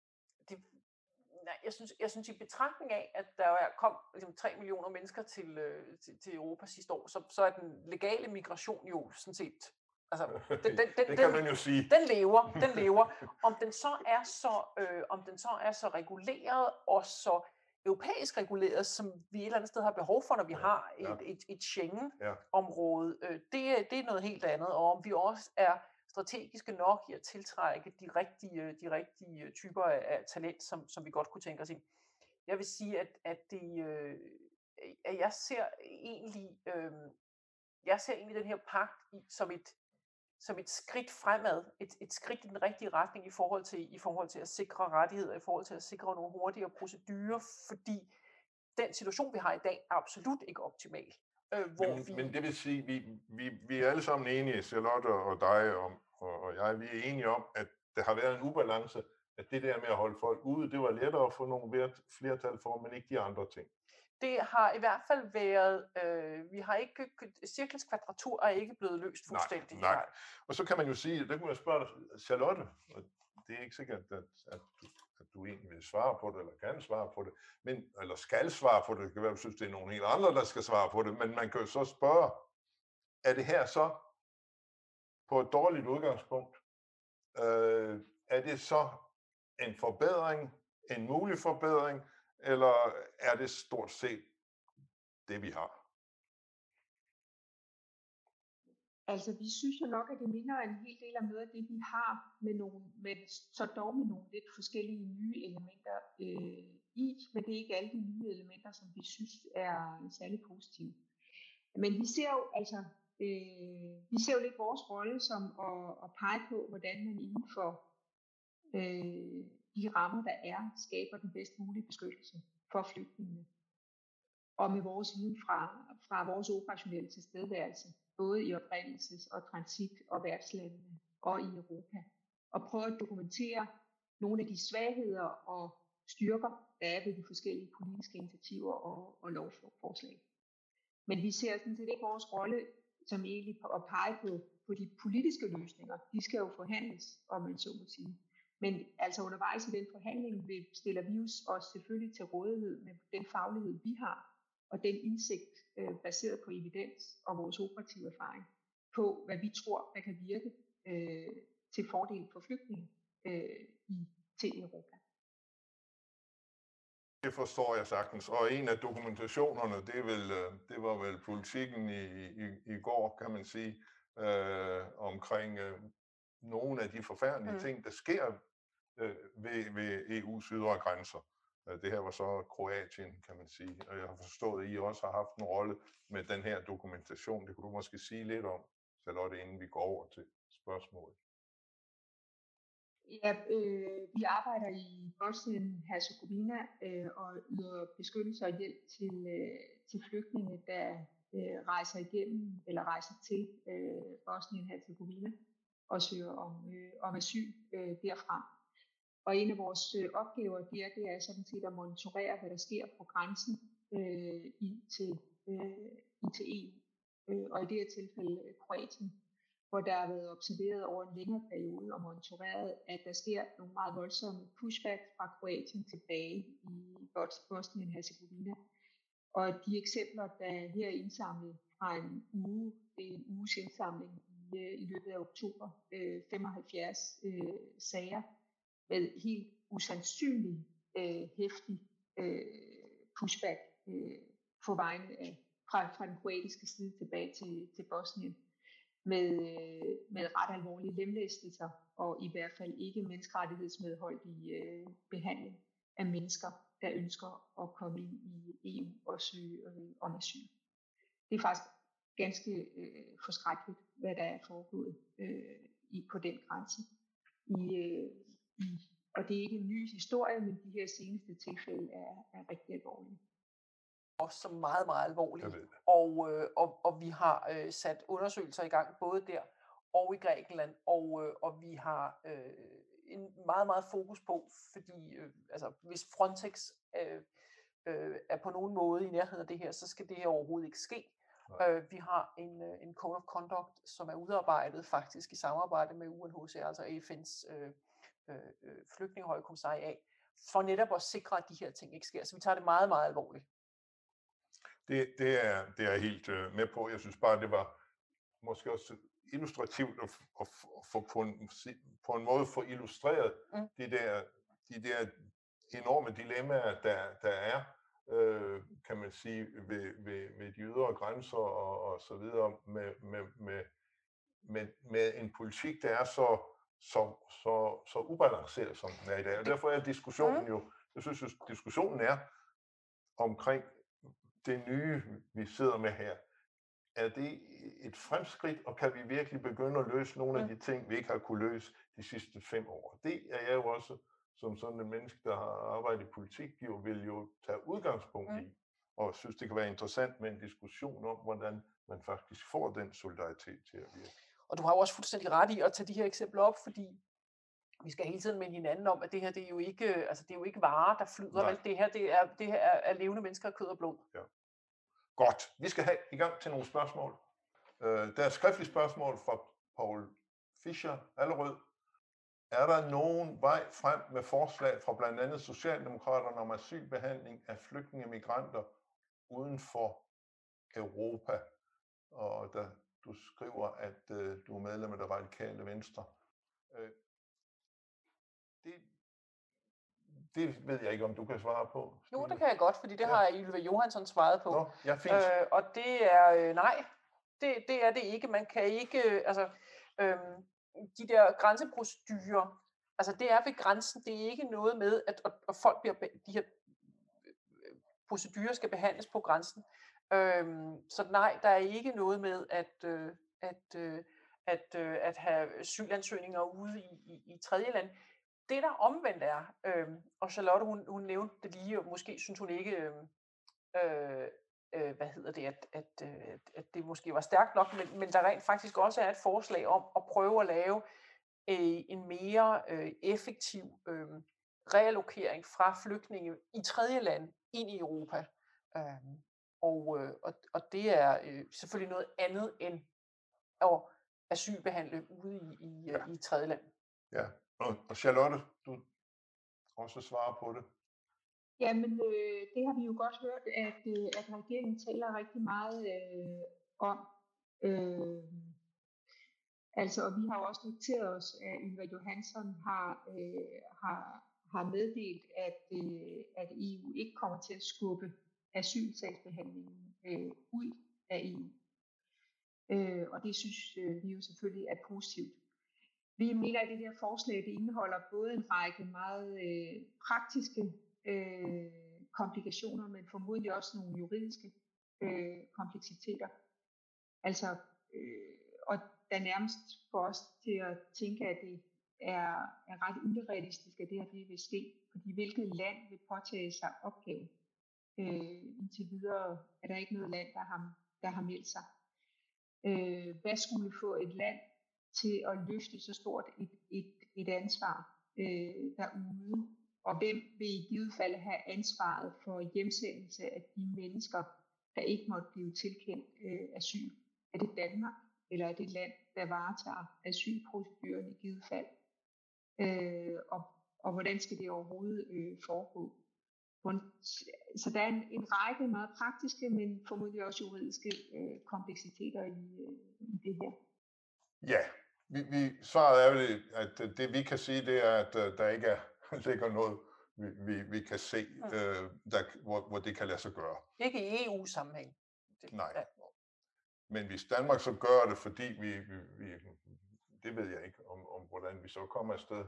Jeg synes i betragtning af, at der kom 3 millioner mennesker til Europa sidste år, så er den legale migration jo sådan set, altså det kan man jo sige. Den lever. Om den så er så reguleret og så europæisk reguleret, som vi et eller andet sted har behov for, når vi har et Schengen-område, det er noget helt andet. Og om vi også er strategiske nok i at tiltrække de rigtige typer af talent, som vi godt kunne tænke os ind. Jeg vil sige, at jeg ser egentlig den her pagt som et skridt fremad, et skridt i den rigtige retning i forhold til at sikre rettigheder, i forhold til at sikre nogle hurtigere procedurer, fordi den situation, vi har i dag, er absolut ikke optimal. Men det vil sige, vi er alle sammen enige, Charlotte og dig og jeg, vi er enige om, at der har været en ubalance, at det der med at holde folk ude, det var lettere at få nogle flertal for, men ikke de andre ting. Det har i hvert fald været, vi har ikke, cirklens kvadratur er ikke blevet løst fuldstændig. Nej. Og så kan man jo sige, der kunne jeg spørge Charlotte, og det er ikke sikkert, at du egentlig vil svare på det, eller kan svare på det, eller skal svare på det, det kan være, at du synes, det er nogle helt andre, der skal svare på det, men man kan jo så spørge, er det her så på et dårligt udgangspunkt? Er det så en forbedring, en mulig forbedring, eller er det stort set det, vi har? Altså, vi synes jo nok, at det minder en hel del om noget af det, vi har, så dog med nogle lidt forskellige nye elementer men det er ikke alle de nye elementer, som vi synes er særlig positive. Men vi ser jo lidt vores rolle som at pege på, hvordan man inden for de rammer, der er, skaber den bedst mulige beskyttelse for flygtningene. Og med vores viden fra vores operationelle tilstedeværelse, både i oprindelses- og transit- og værtslandene og i Europa. Og prøve at dokumentere nogle af de svagheder og styrker, der er ved de forskellige politiske initiativer og lovforslag. Men vi ser sådan set ikke vores rolle som egentlig at pege på de politiske løsninger. De skal jo forhandles, om man så må sige. Men altså undervejs i den forhandling stiller vi os selvfølgelig til rådighed med den faglighed, vi har, og den indsigt baseret på evidens og vores operative erfaring på, hvad vi tror, der kan virke til fordel for flygtninge til Europa. Det forstår jeg sagtens, og en af dokumentationerne, det var vel Politikken i går, kan man sige, omkring nogle af de forfærdelige ting, der sker ved EU's ydre grænser. Det her var så Kroatien, kan man sige, og jeg har forstået, at I også har haft en rolle med den her dokumentation. Det kunne du måske sige lidt om, Charlotte, inden vi går over til spørgsmålet. Ja, vi arbejder i Bosnien-Herzegovina og yder beskyttelse og hjælp til flygtninge, der rejser igennem eller rejser til Bosnien-Herzegovina og søger om asyl derfra. Og en af vores opgaver det er sådan set at monitorere, hvad der sker på grænsen ind til EU. Og i det her tilfælde Kroatien, hvor der har været observeret over en længere periode og monitoreret, at der sker nogle meget voldsomme pushback fra Kroatien tilbage i Bosnien-Herzegovina. Og de eksempler, der her er indsamlet fra en uges indsamling i løbet af oktober, 75 sager med helt usandsynlig heftig pushback på vegne af fra den kroatiske side tilbage til Bosnien. Med ret alvorlige lemlæstelser og i hvert fald ikke menneskerettighedsmedholdige behandling af mennesker, der ønsker at komme ind i EU og søge om asyl. Det er faktisk ganske forskrækkeligt, hvad der er foregået på den grænse. Og det er ikke en ny historie, men de her seneste tilfælde er rigtig alvorlige. Også som meget, meget alvorlige. Og vi har sat undersøgelser i gang, både der og i Grækenland, og vi har en meget, meget fokus på, fordi hvis Frontex er på nogen måde i nærheden af det her, så skal det her overhovedet ikke ske. Vi har en Code of Conduct, som er udarbejdet faktisk i samarbejde med UNHCR, altså FN's flygtningehøjkommissariat, for netop at sikre, at de her ting ikke sker. Så vi tager det meget, meget alvorligt. Det er jeg helt med på. Jeg synes bare, det var måske også illustrativt at få på en måde få illustreret de der enorme dilemmaer, der er, kan man sige, ved de ydre grænser og så videre, med en politik, der er så ubalanceret, som den er i dag. Og derfor er diskussionen jo, jeg synes, diskussionen er omkring det nye, vi sidder med her. Er det et fremskridt, og kan vi virkelig begynde at løse nogle af de ting, vi ikke har kunne løse de sidste 5 år? Det er jeg jo også, som sådan en menneske, der har arbejdet i politik, vil jo tage udgangspunkt i, og synes, det kan være interessant med en diskussion om, hvordan man faktisk får den solidaritet til at virke. Og du har jo også fuldstændig ret i at tage de her eksempler op, fordi vi skal hele tiden minde hinanden om, at det her, det er jo ikke varer, der flyder. Vel? Det her er levende mennesker af kød og blod. Ja. Godt. Vi skal have i gang til nogle spørgsmål. Der er et skriftligt spørgsmål fra Poul Fischer Allerød. Er der nogen vej frem med forslag fra blandt andet Socialdemokraterne om asylbehandling af flygtninge og migranter uden for Europa? Og du skriver, at du er medlem af Det Radikale Venstre. Det ved jeg ikke, om du kan svare på. Jo, det kan jeg godt, fordi det har Ylva Johansson svaret på. Nå, ja, fint. Og det er nej, det er det ikke. Man kan ikke, de der grænseprocedurer, det er ved grænsen. Det er ikke noget med, at folk bliver, de her procedurer skal behandles på grænsen. Så nej, der er ikke noget med at have asylansøgninger ude i tredje land. Det der omvendt er, og Charlotte hun nævnte det lige, og måske synes hun ikke, at det måske var stærkt nok, men der rent faktisk også er et forslag om at prøve at lave en mere effektiv reallokering fra flygtninge i tredje land ind i Europa. Og det er selvfølgelig noget andet end at asylbehandle ude i tredje land. Ja. Og Charlotte, du også svarer på det. Jamen, det har vi jo godt hørt, at regeringen taler rigtig meget om, Altså, og vi har jo også noteret os, at Ylva Johansson har meddelt, at EU ikke kommer til at skubbe asylsagsbehandlingen ud af EU. Og det synes vi jo selvfølgelig er positivt. Vi mener, at det her forslag det indeholder både en række meget praktiske komplikationer, men formodentlig også nogle juridiske kompleksiteter. Altså, og der nærmest får os til at tænke, at det er ret urealistisk, at det her det vil ske. Fordi hvilket land vil påtage sig opgaven? Indtil videre er der ikke noget land, der har meldt sig. Hvad skulle få et land til at løfte så stort et ansvar derude? Og hvem vil i givet fald have ansvaret for hjemsendelse af de mennesker, der ikke måtte blive tilkendt asyl? Er det Danmark, eller er det et land, der varetager asylproceduren i givet fald? Og hvordan skal det overhovedet foregå? Så der er en række meget praktiske, men formodentlig også juridiske kompleksiteter i det her. Ja, svaret er jo, at det vi kan sige, det er, at der ikke ligger noget, vi kan se, hvor det kan lade sig gøre. Ikke i EU-sammenhæng. Nej. Men hvis Danmark så gør det, fordi vi det ved jeg ikke, om hvordan vi så kommer afsted.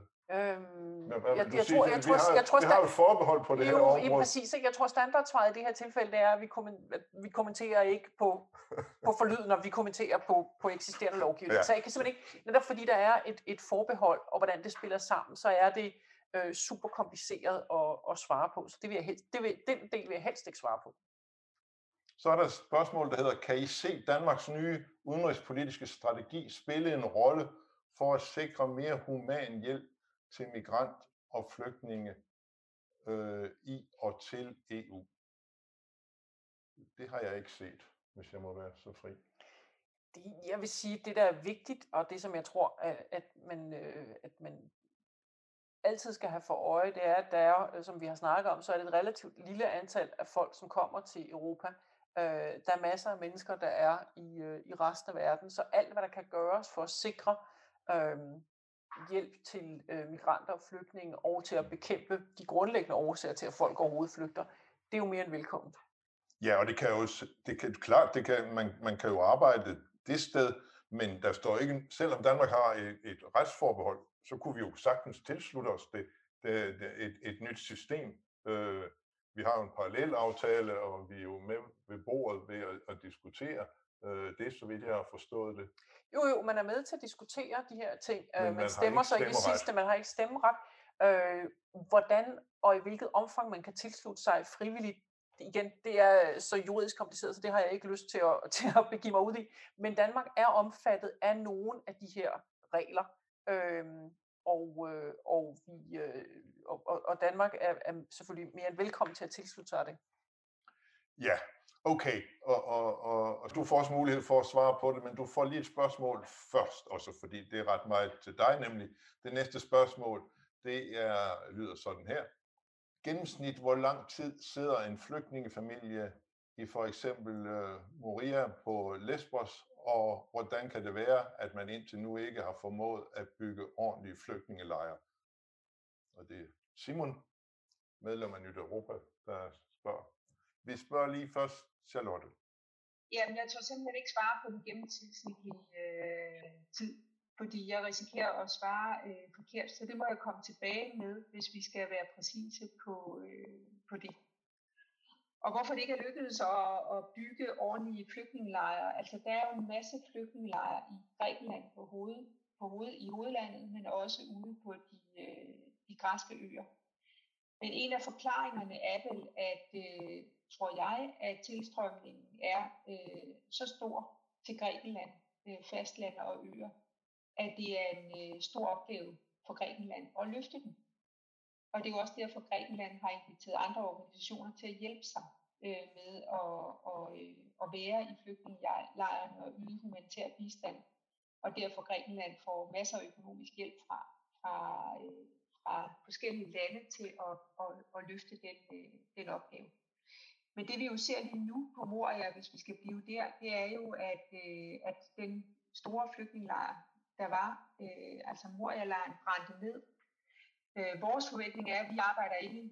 Vi har jo forbehold på det her område. Præcis. Jeg tror, standardsvaret i det her tilfælde det er, at vi kommenterer ikke på forlyden, når vi kommenterer på eksisterende lovgivning. Ja. Så jeg kan simpelthen ikke, netop fordi der er et forbehold, og hvordan det spiller sammen, så er det super kompliceret at svare på. Så den del vil jeg helst ikke svare på. Så er der et spørgsmål, der hedder, kan I se Danmarks nye udenrigspolitiske strategi spille en rolle for at sikre mere human hjælp til migrant og flygtninge i og til EU? Det har jeg ikke set, hvis jeg må være så fri. Jeg vil sige, at det der er vigtigt, og det som jeg tror, at man altid skal have for øje, det er, at der er, som vi har snakket om, så er det et relativt lille antal af folk, som kommer til Europa. Der er masser af mennesker, der er i resten af verden, så alt, hvad der kan gøres for at sikre hjælp til migranter og flygtninge, og til at bekæmpe de grundlæggende årsager til, at folk overhovedet flygter, det er jo mere end velkommen. Ja, og man kan jo arbejde det sted, men der står ikke, selvom Danmark har et retsforbehold, så kunne vi jo sagtens tilslutte os et nyt system. Vi har jo en parallelaftale, og vi er jo med ved bordet ved at diskutere det, så vidt jeg har forstået det. Jo, man er med til at diskutere de her ting. Man stemmer så ikke i sidste, man har ikke stemmeret. Hvordan og i hvilket omfang man kan tilslutte sig frivilligt, igen, det er så juridisk kompliceret, så det har jeg ikke lyst til at begive mig ud i. Men Danmark er omfattet af nogle af de her regler, og Danmark er selvfølgelig mere end velkommen til at tilslutte sig det. Ja, okay. Og du får også mulighed for at svare på det, men du får lige et spørgsmål først også, fordi det er ret meget til dig nemlig. Det næste spørgsmål, det lyder sådan her. Gennemsnit, hvor lang tid sidder en flygtningefamilie i for eksempel Moria på Lesbos, og hvordan kan det være, at man indtil nu ikke har formået at bygge ordentlige flygtningelejre? Og det er Simon, medlem af Nyt Europa, der spørger. Vi spørger lige først Charlotte. Jamen, jeg tror simpelthen ikke svare på den gennemsnitlige tid, fordi jeg risikerer at svare forkert, så det må jeg komme tilbage med, hvis vi skal være præcise på det. Og hvorfor det ikke er lykkedes at bygge ordentlige flygtningelejre, altså der er jo en masse flygtningelejre i Grækenland i hovedlandet, men også ude på de græske øer. Men en af forklaringerne er vel, at tror jeg, at tilstrømningen er så stor til Grækenland, fastland og øer, at det er en stor opgave for Grækenland at løfte den. Og det er jo også derfor, at Grækenland har inviteret andre organisationer til at hjælpe sig med at være i flygtningelejrene og yde humanitær bistand. Og derfor Grækenland får masser af økonomisk hjælp fra forskellige lande til at løfte den opgave. Men det vi jo ser lige nu på Moria, hvis vi skal blive der, det er jo, at den store flygtningelejr der var. Altså Moria-lejren brændte ned. Vores forventning er, at vi arbejder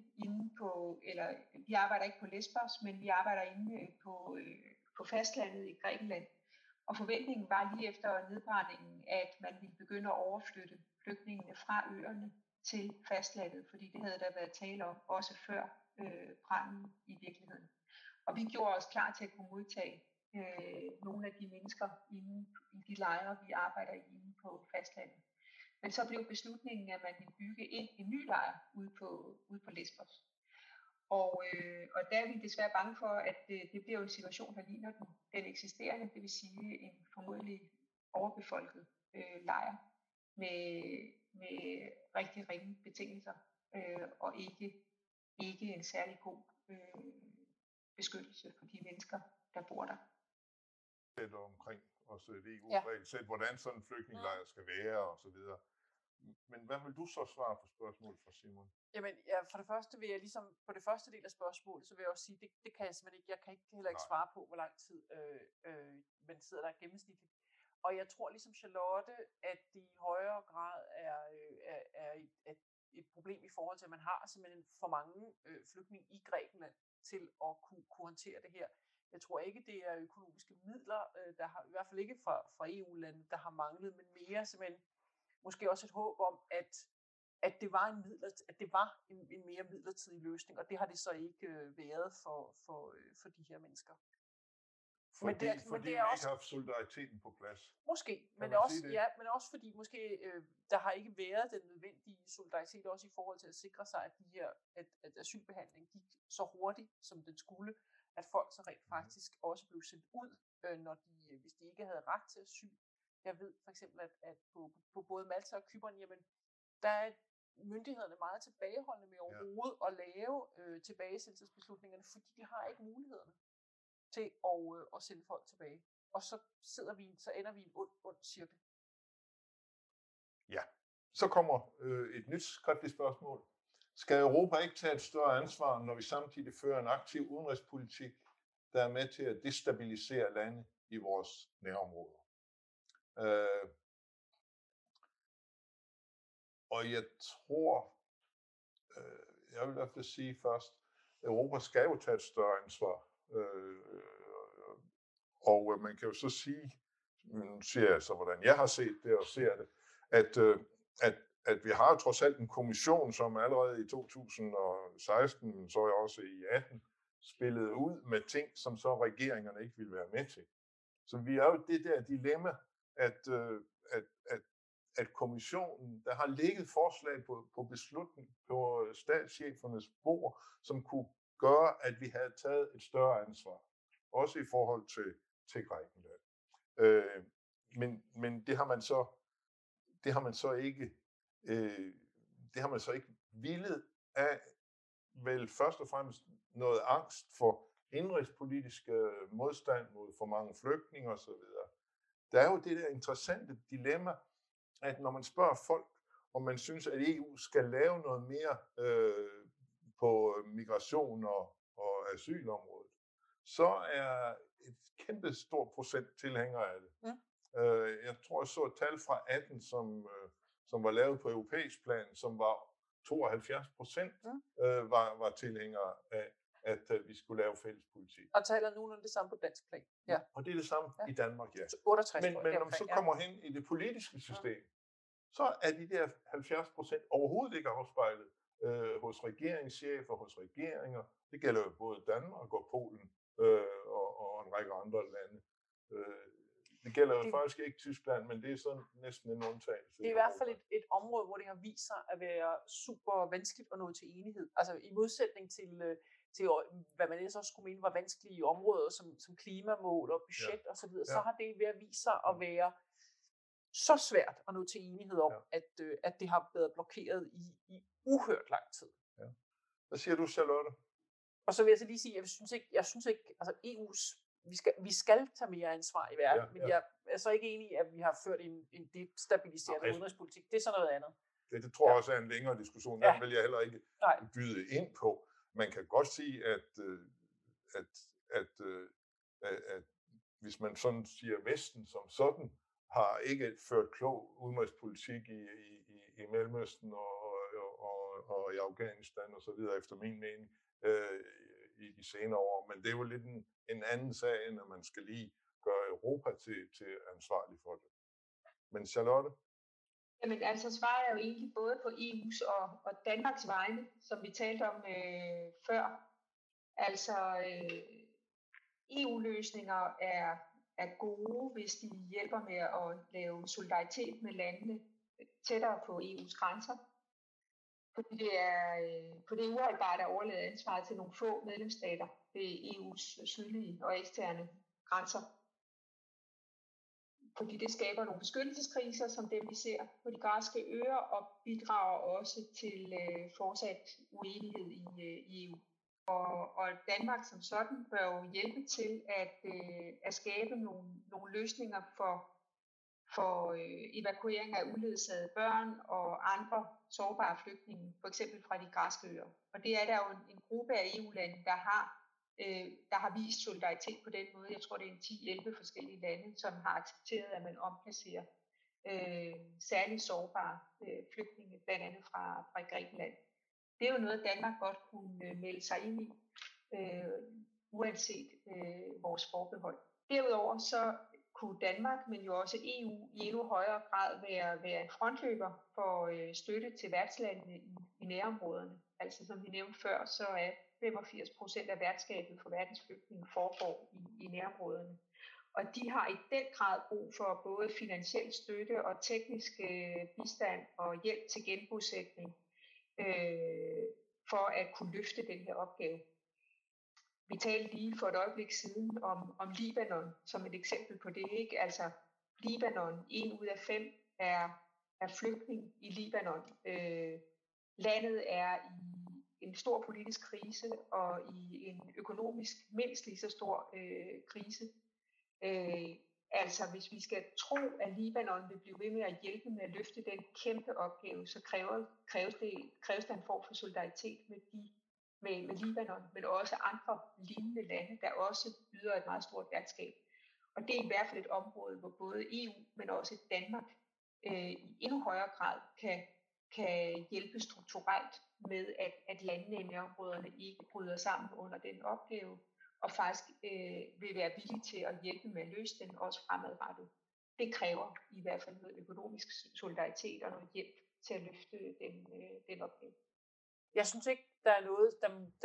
vi arbejder ikke på Lesbos, men vi arbejder inde på fastlandet i Grækenland. Og forventningen var lige efter nedbrændingen, at man ville begynde at overflytte flygtningene fra øerne til fastlandet, fordi det havde der været tale om, også før branden i virkeligheden. Og vi gjorde os klar til at kunne modtage nogle af de mennesker inde i de lejre, vi arbejder i inde på fastlandet. Men så blev beslutningen, at man ville bygge en ny lejr ude på Lesbos. Og der er vi desværre bange for, at det bliver en situation, der ligner den eksisterende, det vil sige en formodentlig overbefolket lejr med rigtig ringe betingelser og ikke en særlig god beskyttelse for de mennesker, der bor der. Omkring også et EU-regelsæt, hvordan sådan en flygtningelejr skal være og så videre. Men hvad vil du så svare på spørgsmålet fra Simon? Jamen, for det første vil jeg ligesom, på det første del af spørgsmålet, så vil jeg også sige, det kan jeg simpelthen ikke, jeg kan heller ikke svare på, hvor lang tid man sidder der gennemsnitligt. Og jeg tror ligesom Charlotte, at det i højere grad er et problem i forhold til, at man har simpelthen for mange flygtninge i Grækenland til at kunne håndtere det her. Jeg tror ikke, det er økonomiske midler, der har i hvert fald ikke fra EU-landet, der har manglet, men mere simpelthen måske også et håb om, at det var en mere midlertidig løsning, og det har det så ikke været for de her mennesker. Fordi vi ikke har haft solidariteten på plads. Måske, men også fordi måske der har ikke været den nødvendige solidaritet også i forhold til at sikre sig, at asylbehandling gik så hurtigt, som den skulle, at folk så rent faktisk også blev sendt ud, hvis de ikke havde ret til asyl. Jeg ved for eksempel, at på både Malta og Cypern, jamen, der er myndighederne meget tilbageholdende med overhovedet at lave tilbagesendelsesbeslutningerne, fordi de har ikke mulighederne til at sende folk tilbage. Og så ender vi i en ond cirkel. Ja, så kommer et nyt skriftligt spørgsmål. Skal Europa ikke tage et større ansvar, når vi samtidig fører en aktiv udenrigspolitik, der er med til at destabilisere lande i vores nærområder? Og jeg tror, jeg vil i hvert fald sige først, at Europa skal jo tage et større ansvar. Og man kan jo så sige, nu siger jeg så, hvordan jeg har set det og ser det, at vi har jo trods alt en kommission, som allerede i 2016, men så også i 18, spillede ud med ting, som så regeringerne ikke ville være med til. Så vi er jo det der dilemma, at kommissionen, der har ligget forslag på beslutning på statschefernes bord, som kunne gøre, at vi havde taget et større ansvar, også i forhold til Grækenland. Men det har man så ikke villet af, vel først og fremmest noget angst for indrigspolitisk modstand mod for mange flygtninge osv. Der er jo det der interessante dilemma, at når man spørger folk, om man synes, at EU skal lave noget mere på migration og asylområdet, så er et kæmpe stort procent tilhænger af det. Ja. Jeg tror, jeg så et tal fra 18, som var lavet på europæisk plan, som var 72% var tilhængere af, at vi skulle lave fælles politik. Og taler nogenlunde det samme på dansk plan. Ja. Og det er det samme i Danmark, ja. 68, men når man så kommer hen i det politiske system, så er de der 70% overhovedet ikke afspejlet hos regeringschefer, hos regeringer. Det gælder jo både Danmark og Polen og en række andre lande. Det gælder jo faktisk ikke Tyskland, men det er sådan næsten en undtagelse. Det er i hvert fald et område, hvor det har vist sig at være super vanskeligt at nå til enighed. Altså i modsætning til hvad man ellers også skulle mene var vanskelige områder, som klimamål og budget osv., så har det ved at vise sig at være så svært at nå til enighed om, at det har været blokeret i uhørt lang tid. Ja. Hvad siger du, Charlotte? Og så vil jeg så lige sige, at jeg synes ikke, altså vi skal tage mere ansvar i verden, men jeg er så ikke enig i, at vi har ført en destabiliserende udenrigspolitik. Det er så noget andet. Det tror jeg også er en længere diskussion. Den vil jeg heller ikke byde ind på. Man kan godt sige, at hvis man sådan siger, Vesten som sådan har ikke ført klog udenrigspolitik i Mellemøsten og i Afghanistan og så videre, efter min mening, i de senere år. Men det er jo lidt en anden sag, end at man skal lige gøre Europa til ansvarlig for det. Men Charlotte? Jamen altså, svaret er jo egentlig både på EU's og Danmarks vegne, som vi talte om før. Altså, EU-løsninger er gode, hvis de hjælper med at lave solidaritet med landene tættere på EU's grænser. Fordi det er uholdbart at overlade ansvaret til nogle få medlemsstater ved EU's sydlige og eksterne grænser. Fordi det skaber nogle beskyttelseskriser, som dem vi ser på de græske øer, og bidrager også til fortsat uenighed i EU. Og Danmark som sådan bør jo hjælpe til at skabe nogle løsninger for evakuering af uledsagede børn og andre sårbare flygtninge, for eksempel fra de græske øer. Og det er der jo en gruppe af EU-lande, der har vist solidaritet på den måde. Jeg tror, det er 10-11 forskellige lande, som har accepteret, at man omplacerer særligt sårbare flygtninge, blandt andet fra Grækenland. Det er jo noget, Danmark godt kunne melde sig ind i, uanset vores forbehold. Derudover så kunne Danmark, men jo også EU i endnu højere grad være en frontløber for støtte til værtslandene i nærområderne. Altså som vi nævnte før, så er 85% af værtskabet for verdens flygtninge foregår i nærområderne. Og de har i den grad brug for både finansiel støtte og teknisk bistand og hjælp til genbosætning for at kunne løfte den her opgave. Vi talte lige for et øjeblik siden om Libanon som et eksempel på det, ikke? Altså Libanon, 1 ud af 5 er flygtning i Libanon. Landet er i en stor politisk krise og i en økonomisk mindst lige så stor krise. Altså hvis vi skal tro, at Libanon vil blive ved med at hjælpe med at løfte den kæmpe opgave, så kræves der en form for solidaritet med Libanon, men også andre lignende lande, der også yder et meget stort værtskab. Og det er i hvert fald et område, hvor både EU, men også Danmark i endnu højere grad kan hjælpe strukturelt med, at landene i nærområderne ikke bryder sammen under den opgave, og faktisk vil være villige til at hjælpe med at løse den også fremadrettet. Det kræver i hvert fald noget økonomisk solidaritet og noget hjælp til at løfte den opgave. Jeg synes ikke, der er noget,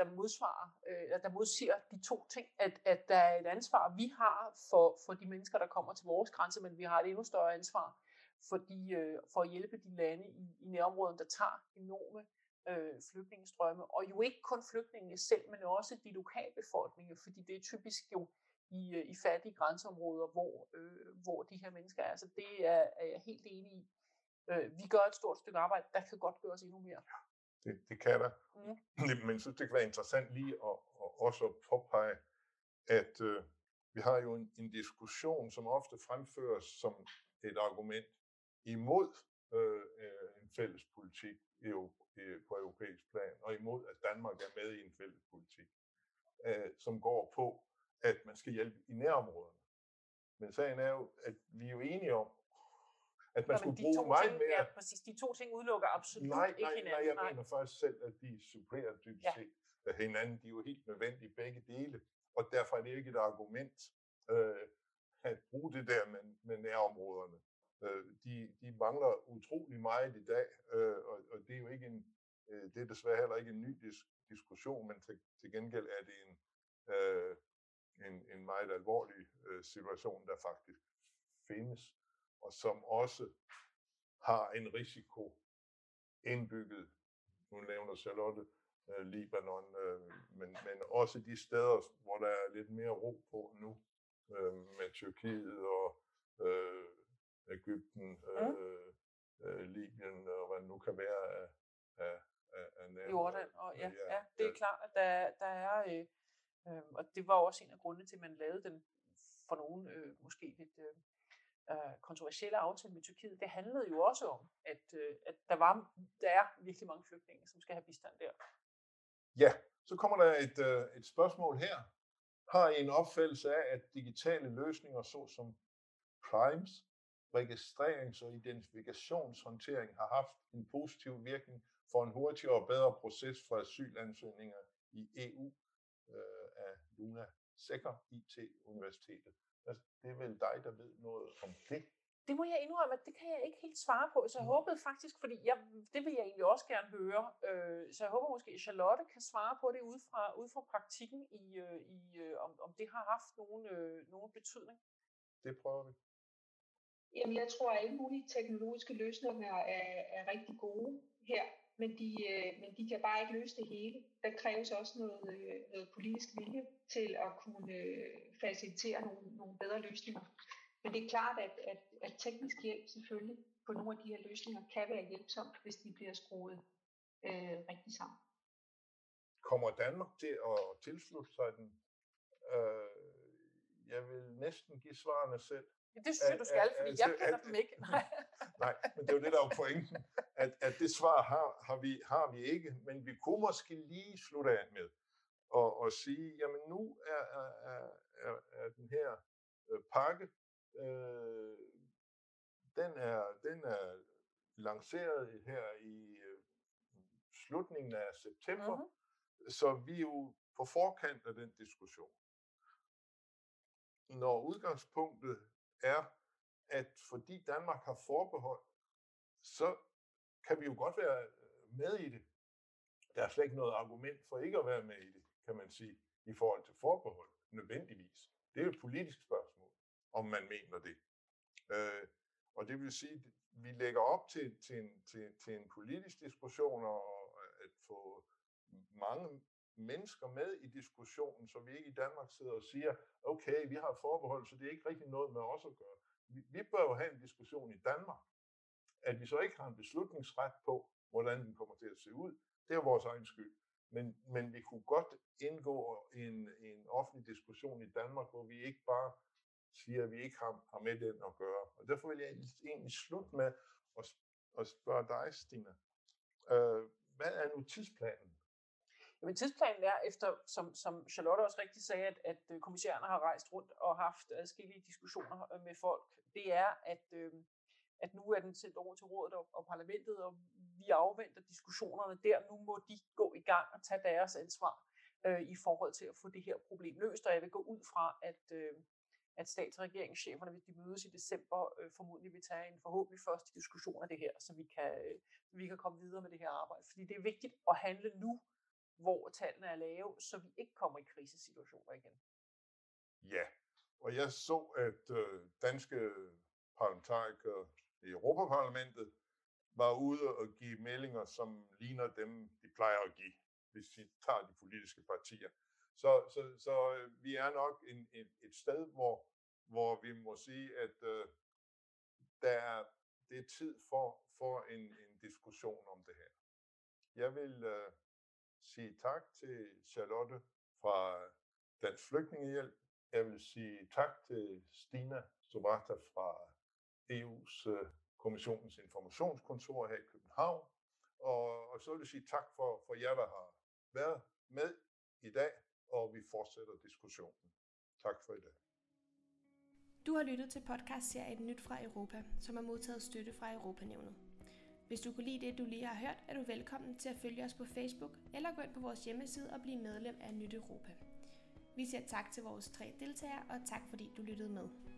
der modsiger de to ting, at der er et ansvar, vi har for de mennesker, der kommer til vores grænse, men vi har et endnu større ansvar for at hjælpe de lande i nærområderne, der tager enorme flygtningestrømme, og jo ikke kun flygtninge selv, men også de lokalbefolkninger, fordi det er typisk jo i fattige grænseområder, hvor de her mennesker er. Så det er jeg helt enig i. Vi gør et stort stykke arbejde, der kan godt gøres endnu mere. Det kan der. Men jeg synes, det kan være interessant lige at også påpege, at vi har jo en diskussion, som ofte fremføres som et argument imod en fælles politik på europæisk plan, og imod, at Danmark er med i en fælles politik, som går på, at man skal hjælpe i nærområderne. Men sagen er jo, at vi er jo enige om, at man skulle bruge meget mere. Ja, præcis. De to ting udelukker absolut ikke hinanden. Nej, jeg mener faktisk selv, at de supplerer dybest set hinanden. De er jo helt nødvendige begge dele, og derfor er det ikke et argument at bruge det der med nærområderne. De mangler utrolig meget i dag, og det er jo ikke det er desværre heller ikke en ny diskussion, men til gengæld er det en meget alvorlig situation, der faktisk findes, og som også har en risiko indbygget. Nu nævner Charlotte Libanon, men også de steder, hvor der er lidt mere ro på nu, med Tyrkiet og Egypten, Libyen og hvad det nu kan være af nærmere. Jordan, og ja, det er klart, at der er, og det var også en af grundene til, at man lavede den for nogen måske lidt kontroversielle aftale med Tyrkiet. Det handlede jo også om, at der er virkelig mange flygtninge, som skal have bistand der. Ja, så kommer der et spørgsmål her. Har I en opfattelse af, at digitale løsninger såsom Primes registrerings- og identifikationshåndtering har haft en positiv virkning for en hurtigere og bedre proces for asylansøgninger i EU af Luna Secker, IT-universitetet. Altså, det er vel dig, der ved noget om det? Det må jeg indrømme, at det kan jeg ikke helt svare på. Så jeg håbede faktisk, fordi det vil jeg egentlig også gerne høre, så jeg håber måske, at Charlotte kan svare på det ud fra praktikken, om det har haft nogen betydning. Det prøver vi. Jamen, jeg tror, at alle mulige teknologiske løsninger er rigtig gode her, men de kan bare ikke løse det hele. Der kræves også noget politisk vilje til at kunne facilitere nogle bedre løsninger. Men det er klart, at teknisk hjælp selvfølgelig på nogle af de her løsninger kan være hjælpsomt, hvis de bliver skruet rigtig sammen. Kommer Danmark til at tilslutte sig den? Jeg vil næsten give svarene selv. Det synes jeg, du skal, fordi jeg kender dem ikke. Nej, men det er jo det, der er pointen. At det svar har vi ikke, men vi kunne måske lige slutte af med at sige, jamen nu er den her pakke, den er lanceret her i slutningen af september, så vi er jo på forkant af den diskussion. Når udgangspunktet er, at fordi Danmark har forbehold, så kan vi jo godt være med i det. Der er slet ikke noget argument for ikke at være med i det, kan man sige, i forhold til forbehold, nødvendigvis. Det er jo et politisk spørgsmål, om man mener det. Og det vil sige, at vi lægger op til en politisk diskussion, og at få mange mennesker med i diskussionen, så vi ikke i Danmark sidder og siger, okay, vi har forbehold, så det er ikke rigtig noget med os at gøre. Vi bør jo have en diskussion i Danmark. At vi så ikke har en beslutningsret på, hvordan den kommer til at se ud, det er vores egen skyld. Men vi kunne godt indgå en offentlig diskussion i Danmark, hvor vi ikke bare siger, at vi ikke har med den at gøre. Og derfor vil jeg egentlig slutte med at spørge dig, Stina. Hvad er nu tidsplanen? Jamen, tidsplanen er, efter, som Charlotte også rigtig sagde, at kommissærerne har rejst rundt og haft adskillige diskussioner med folk, det er, at nu er den sendt over til rådet og parlamentet, og vi afventer diskussionerne der. Nu må de gå i gang og tage deres ansvar i forhold til at få det her problem løst, og jeg vil gå ud fra, at stats- og regeringscheferne, hvis de mødes i december, formodentlig vil tage en forhåbentlig første diskussion af det her, så vi kan komme videre med det her arbejde. Fordi det er vigtigt at handle nu, hvor tallene er lave, så vi ikke kommer i krisesituationer igen. Ja, og jeg så, at danske parlamentarikere i Europaparlamentet var ude og give meldinger, som ligner dem, de plejer at give, hvis de tager de politiske partier. Så vi er nok et sted, hvor vi må sige, at det er tid for en diskussion om det her. Jeg vil sige tak til Charlotte fra Dansk Flygtningehjælp. Jeg vil sige tak til Stina Sobrata fra EU's Kommissionens Informationskontor her i København. Og så vil jeg sige tak for jer, der har været med i dag, og vi fortsætter diskussionen. Tak for i dag. Du har lyttet til podcastserien Nyt fra Europa, som har modtaget støtte fra Europanævnet. Hvis du kunne lide det, du lige har hørt, er du velkommen til at følge os på Facebook, eller gå ind på vores hjemmeside og blive medlem af Nyt Europa. Vi siger tak til vores 3 deltagere, og tak fordi du lyttede med.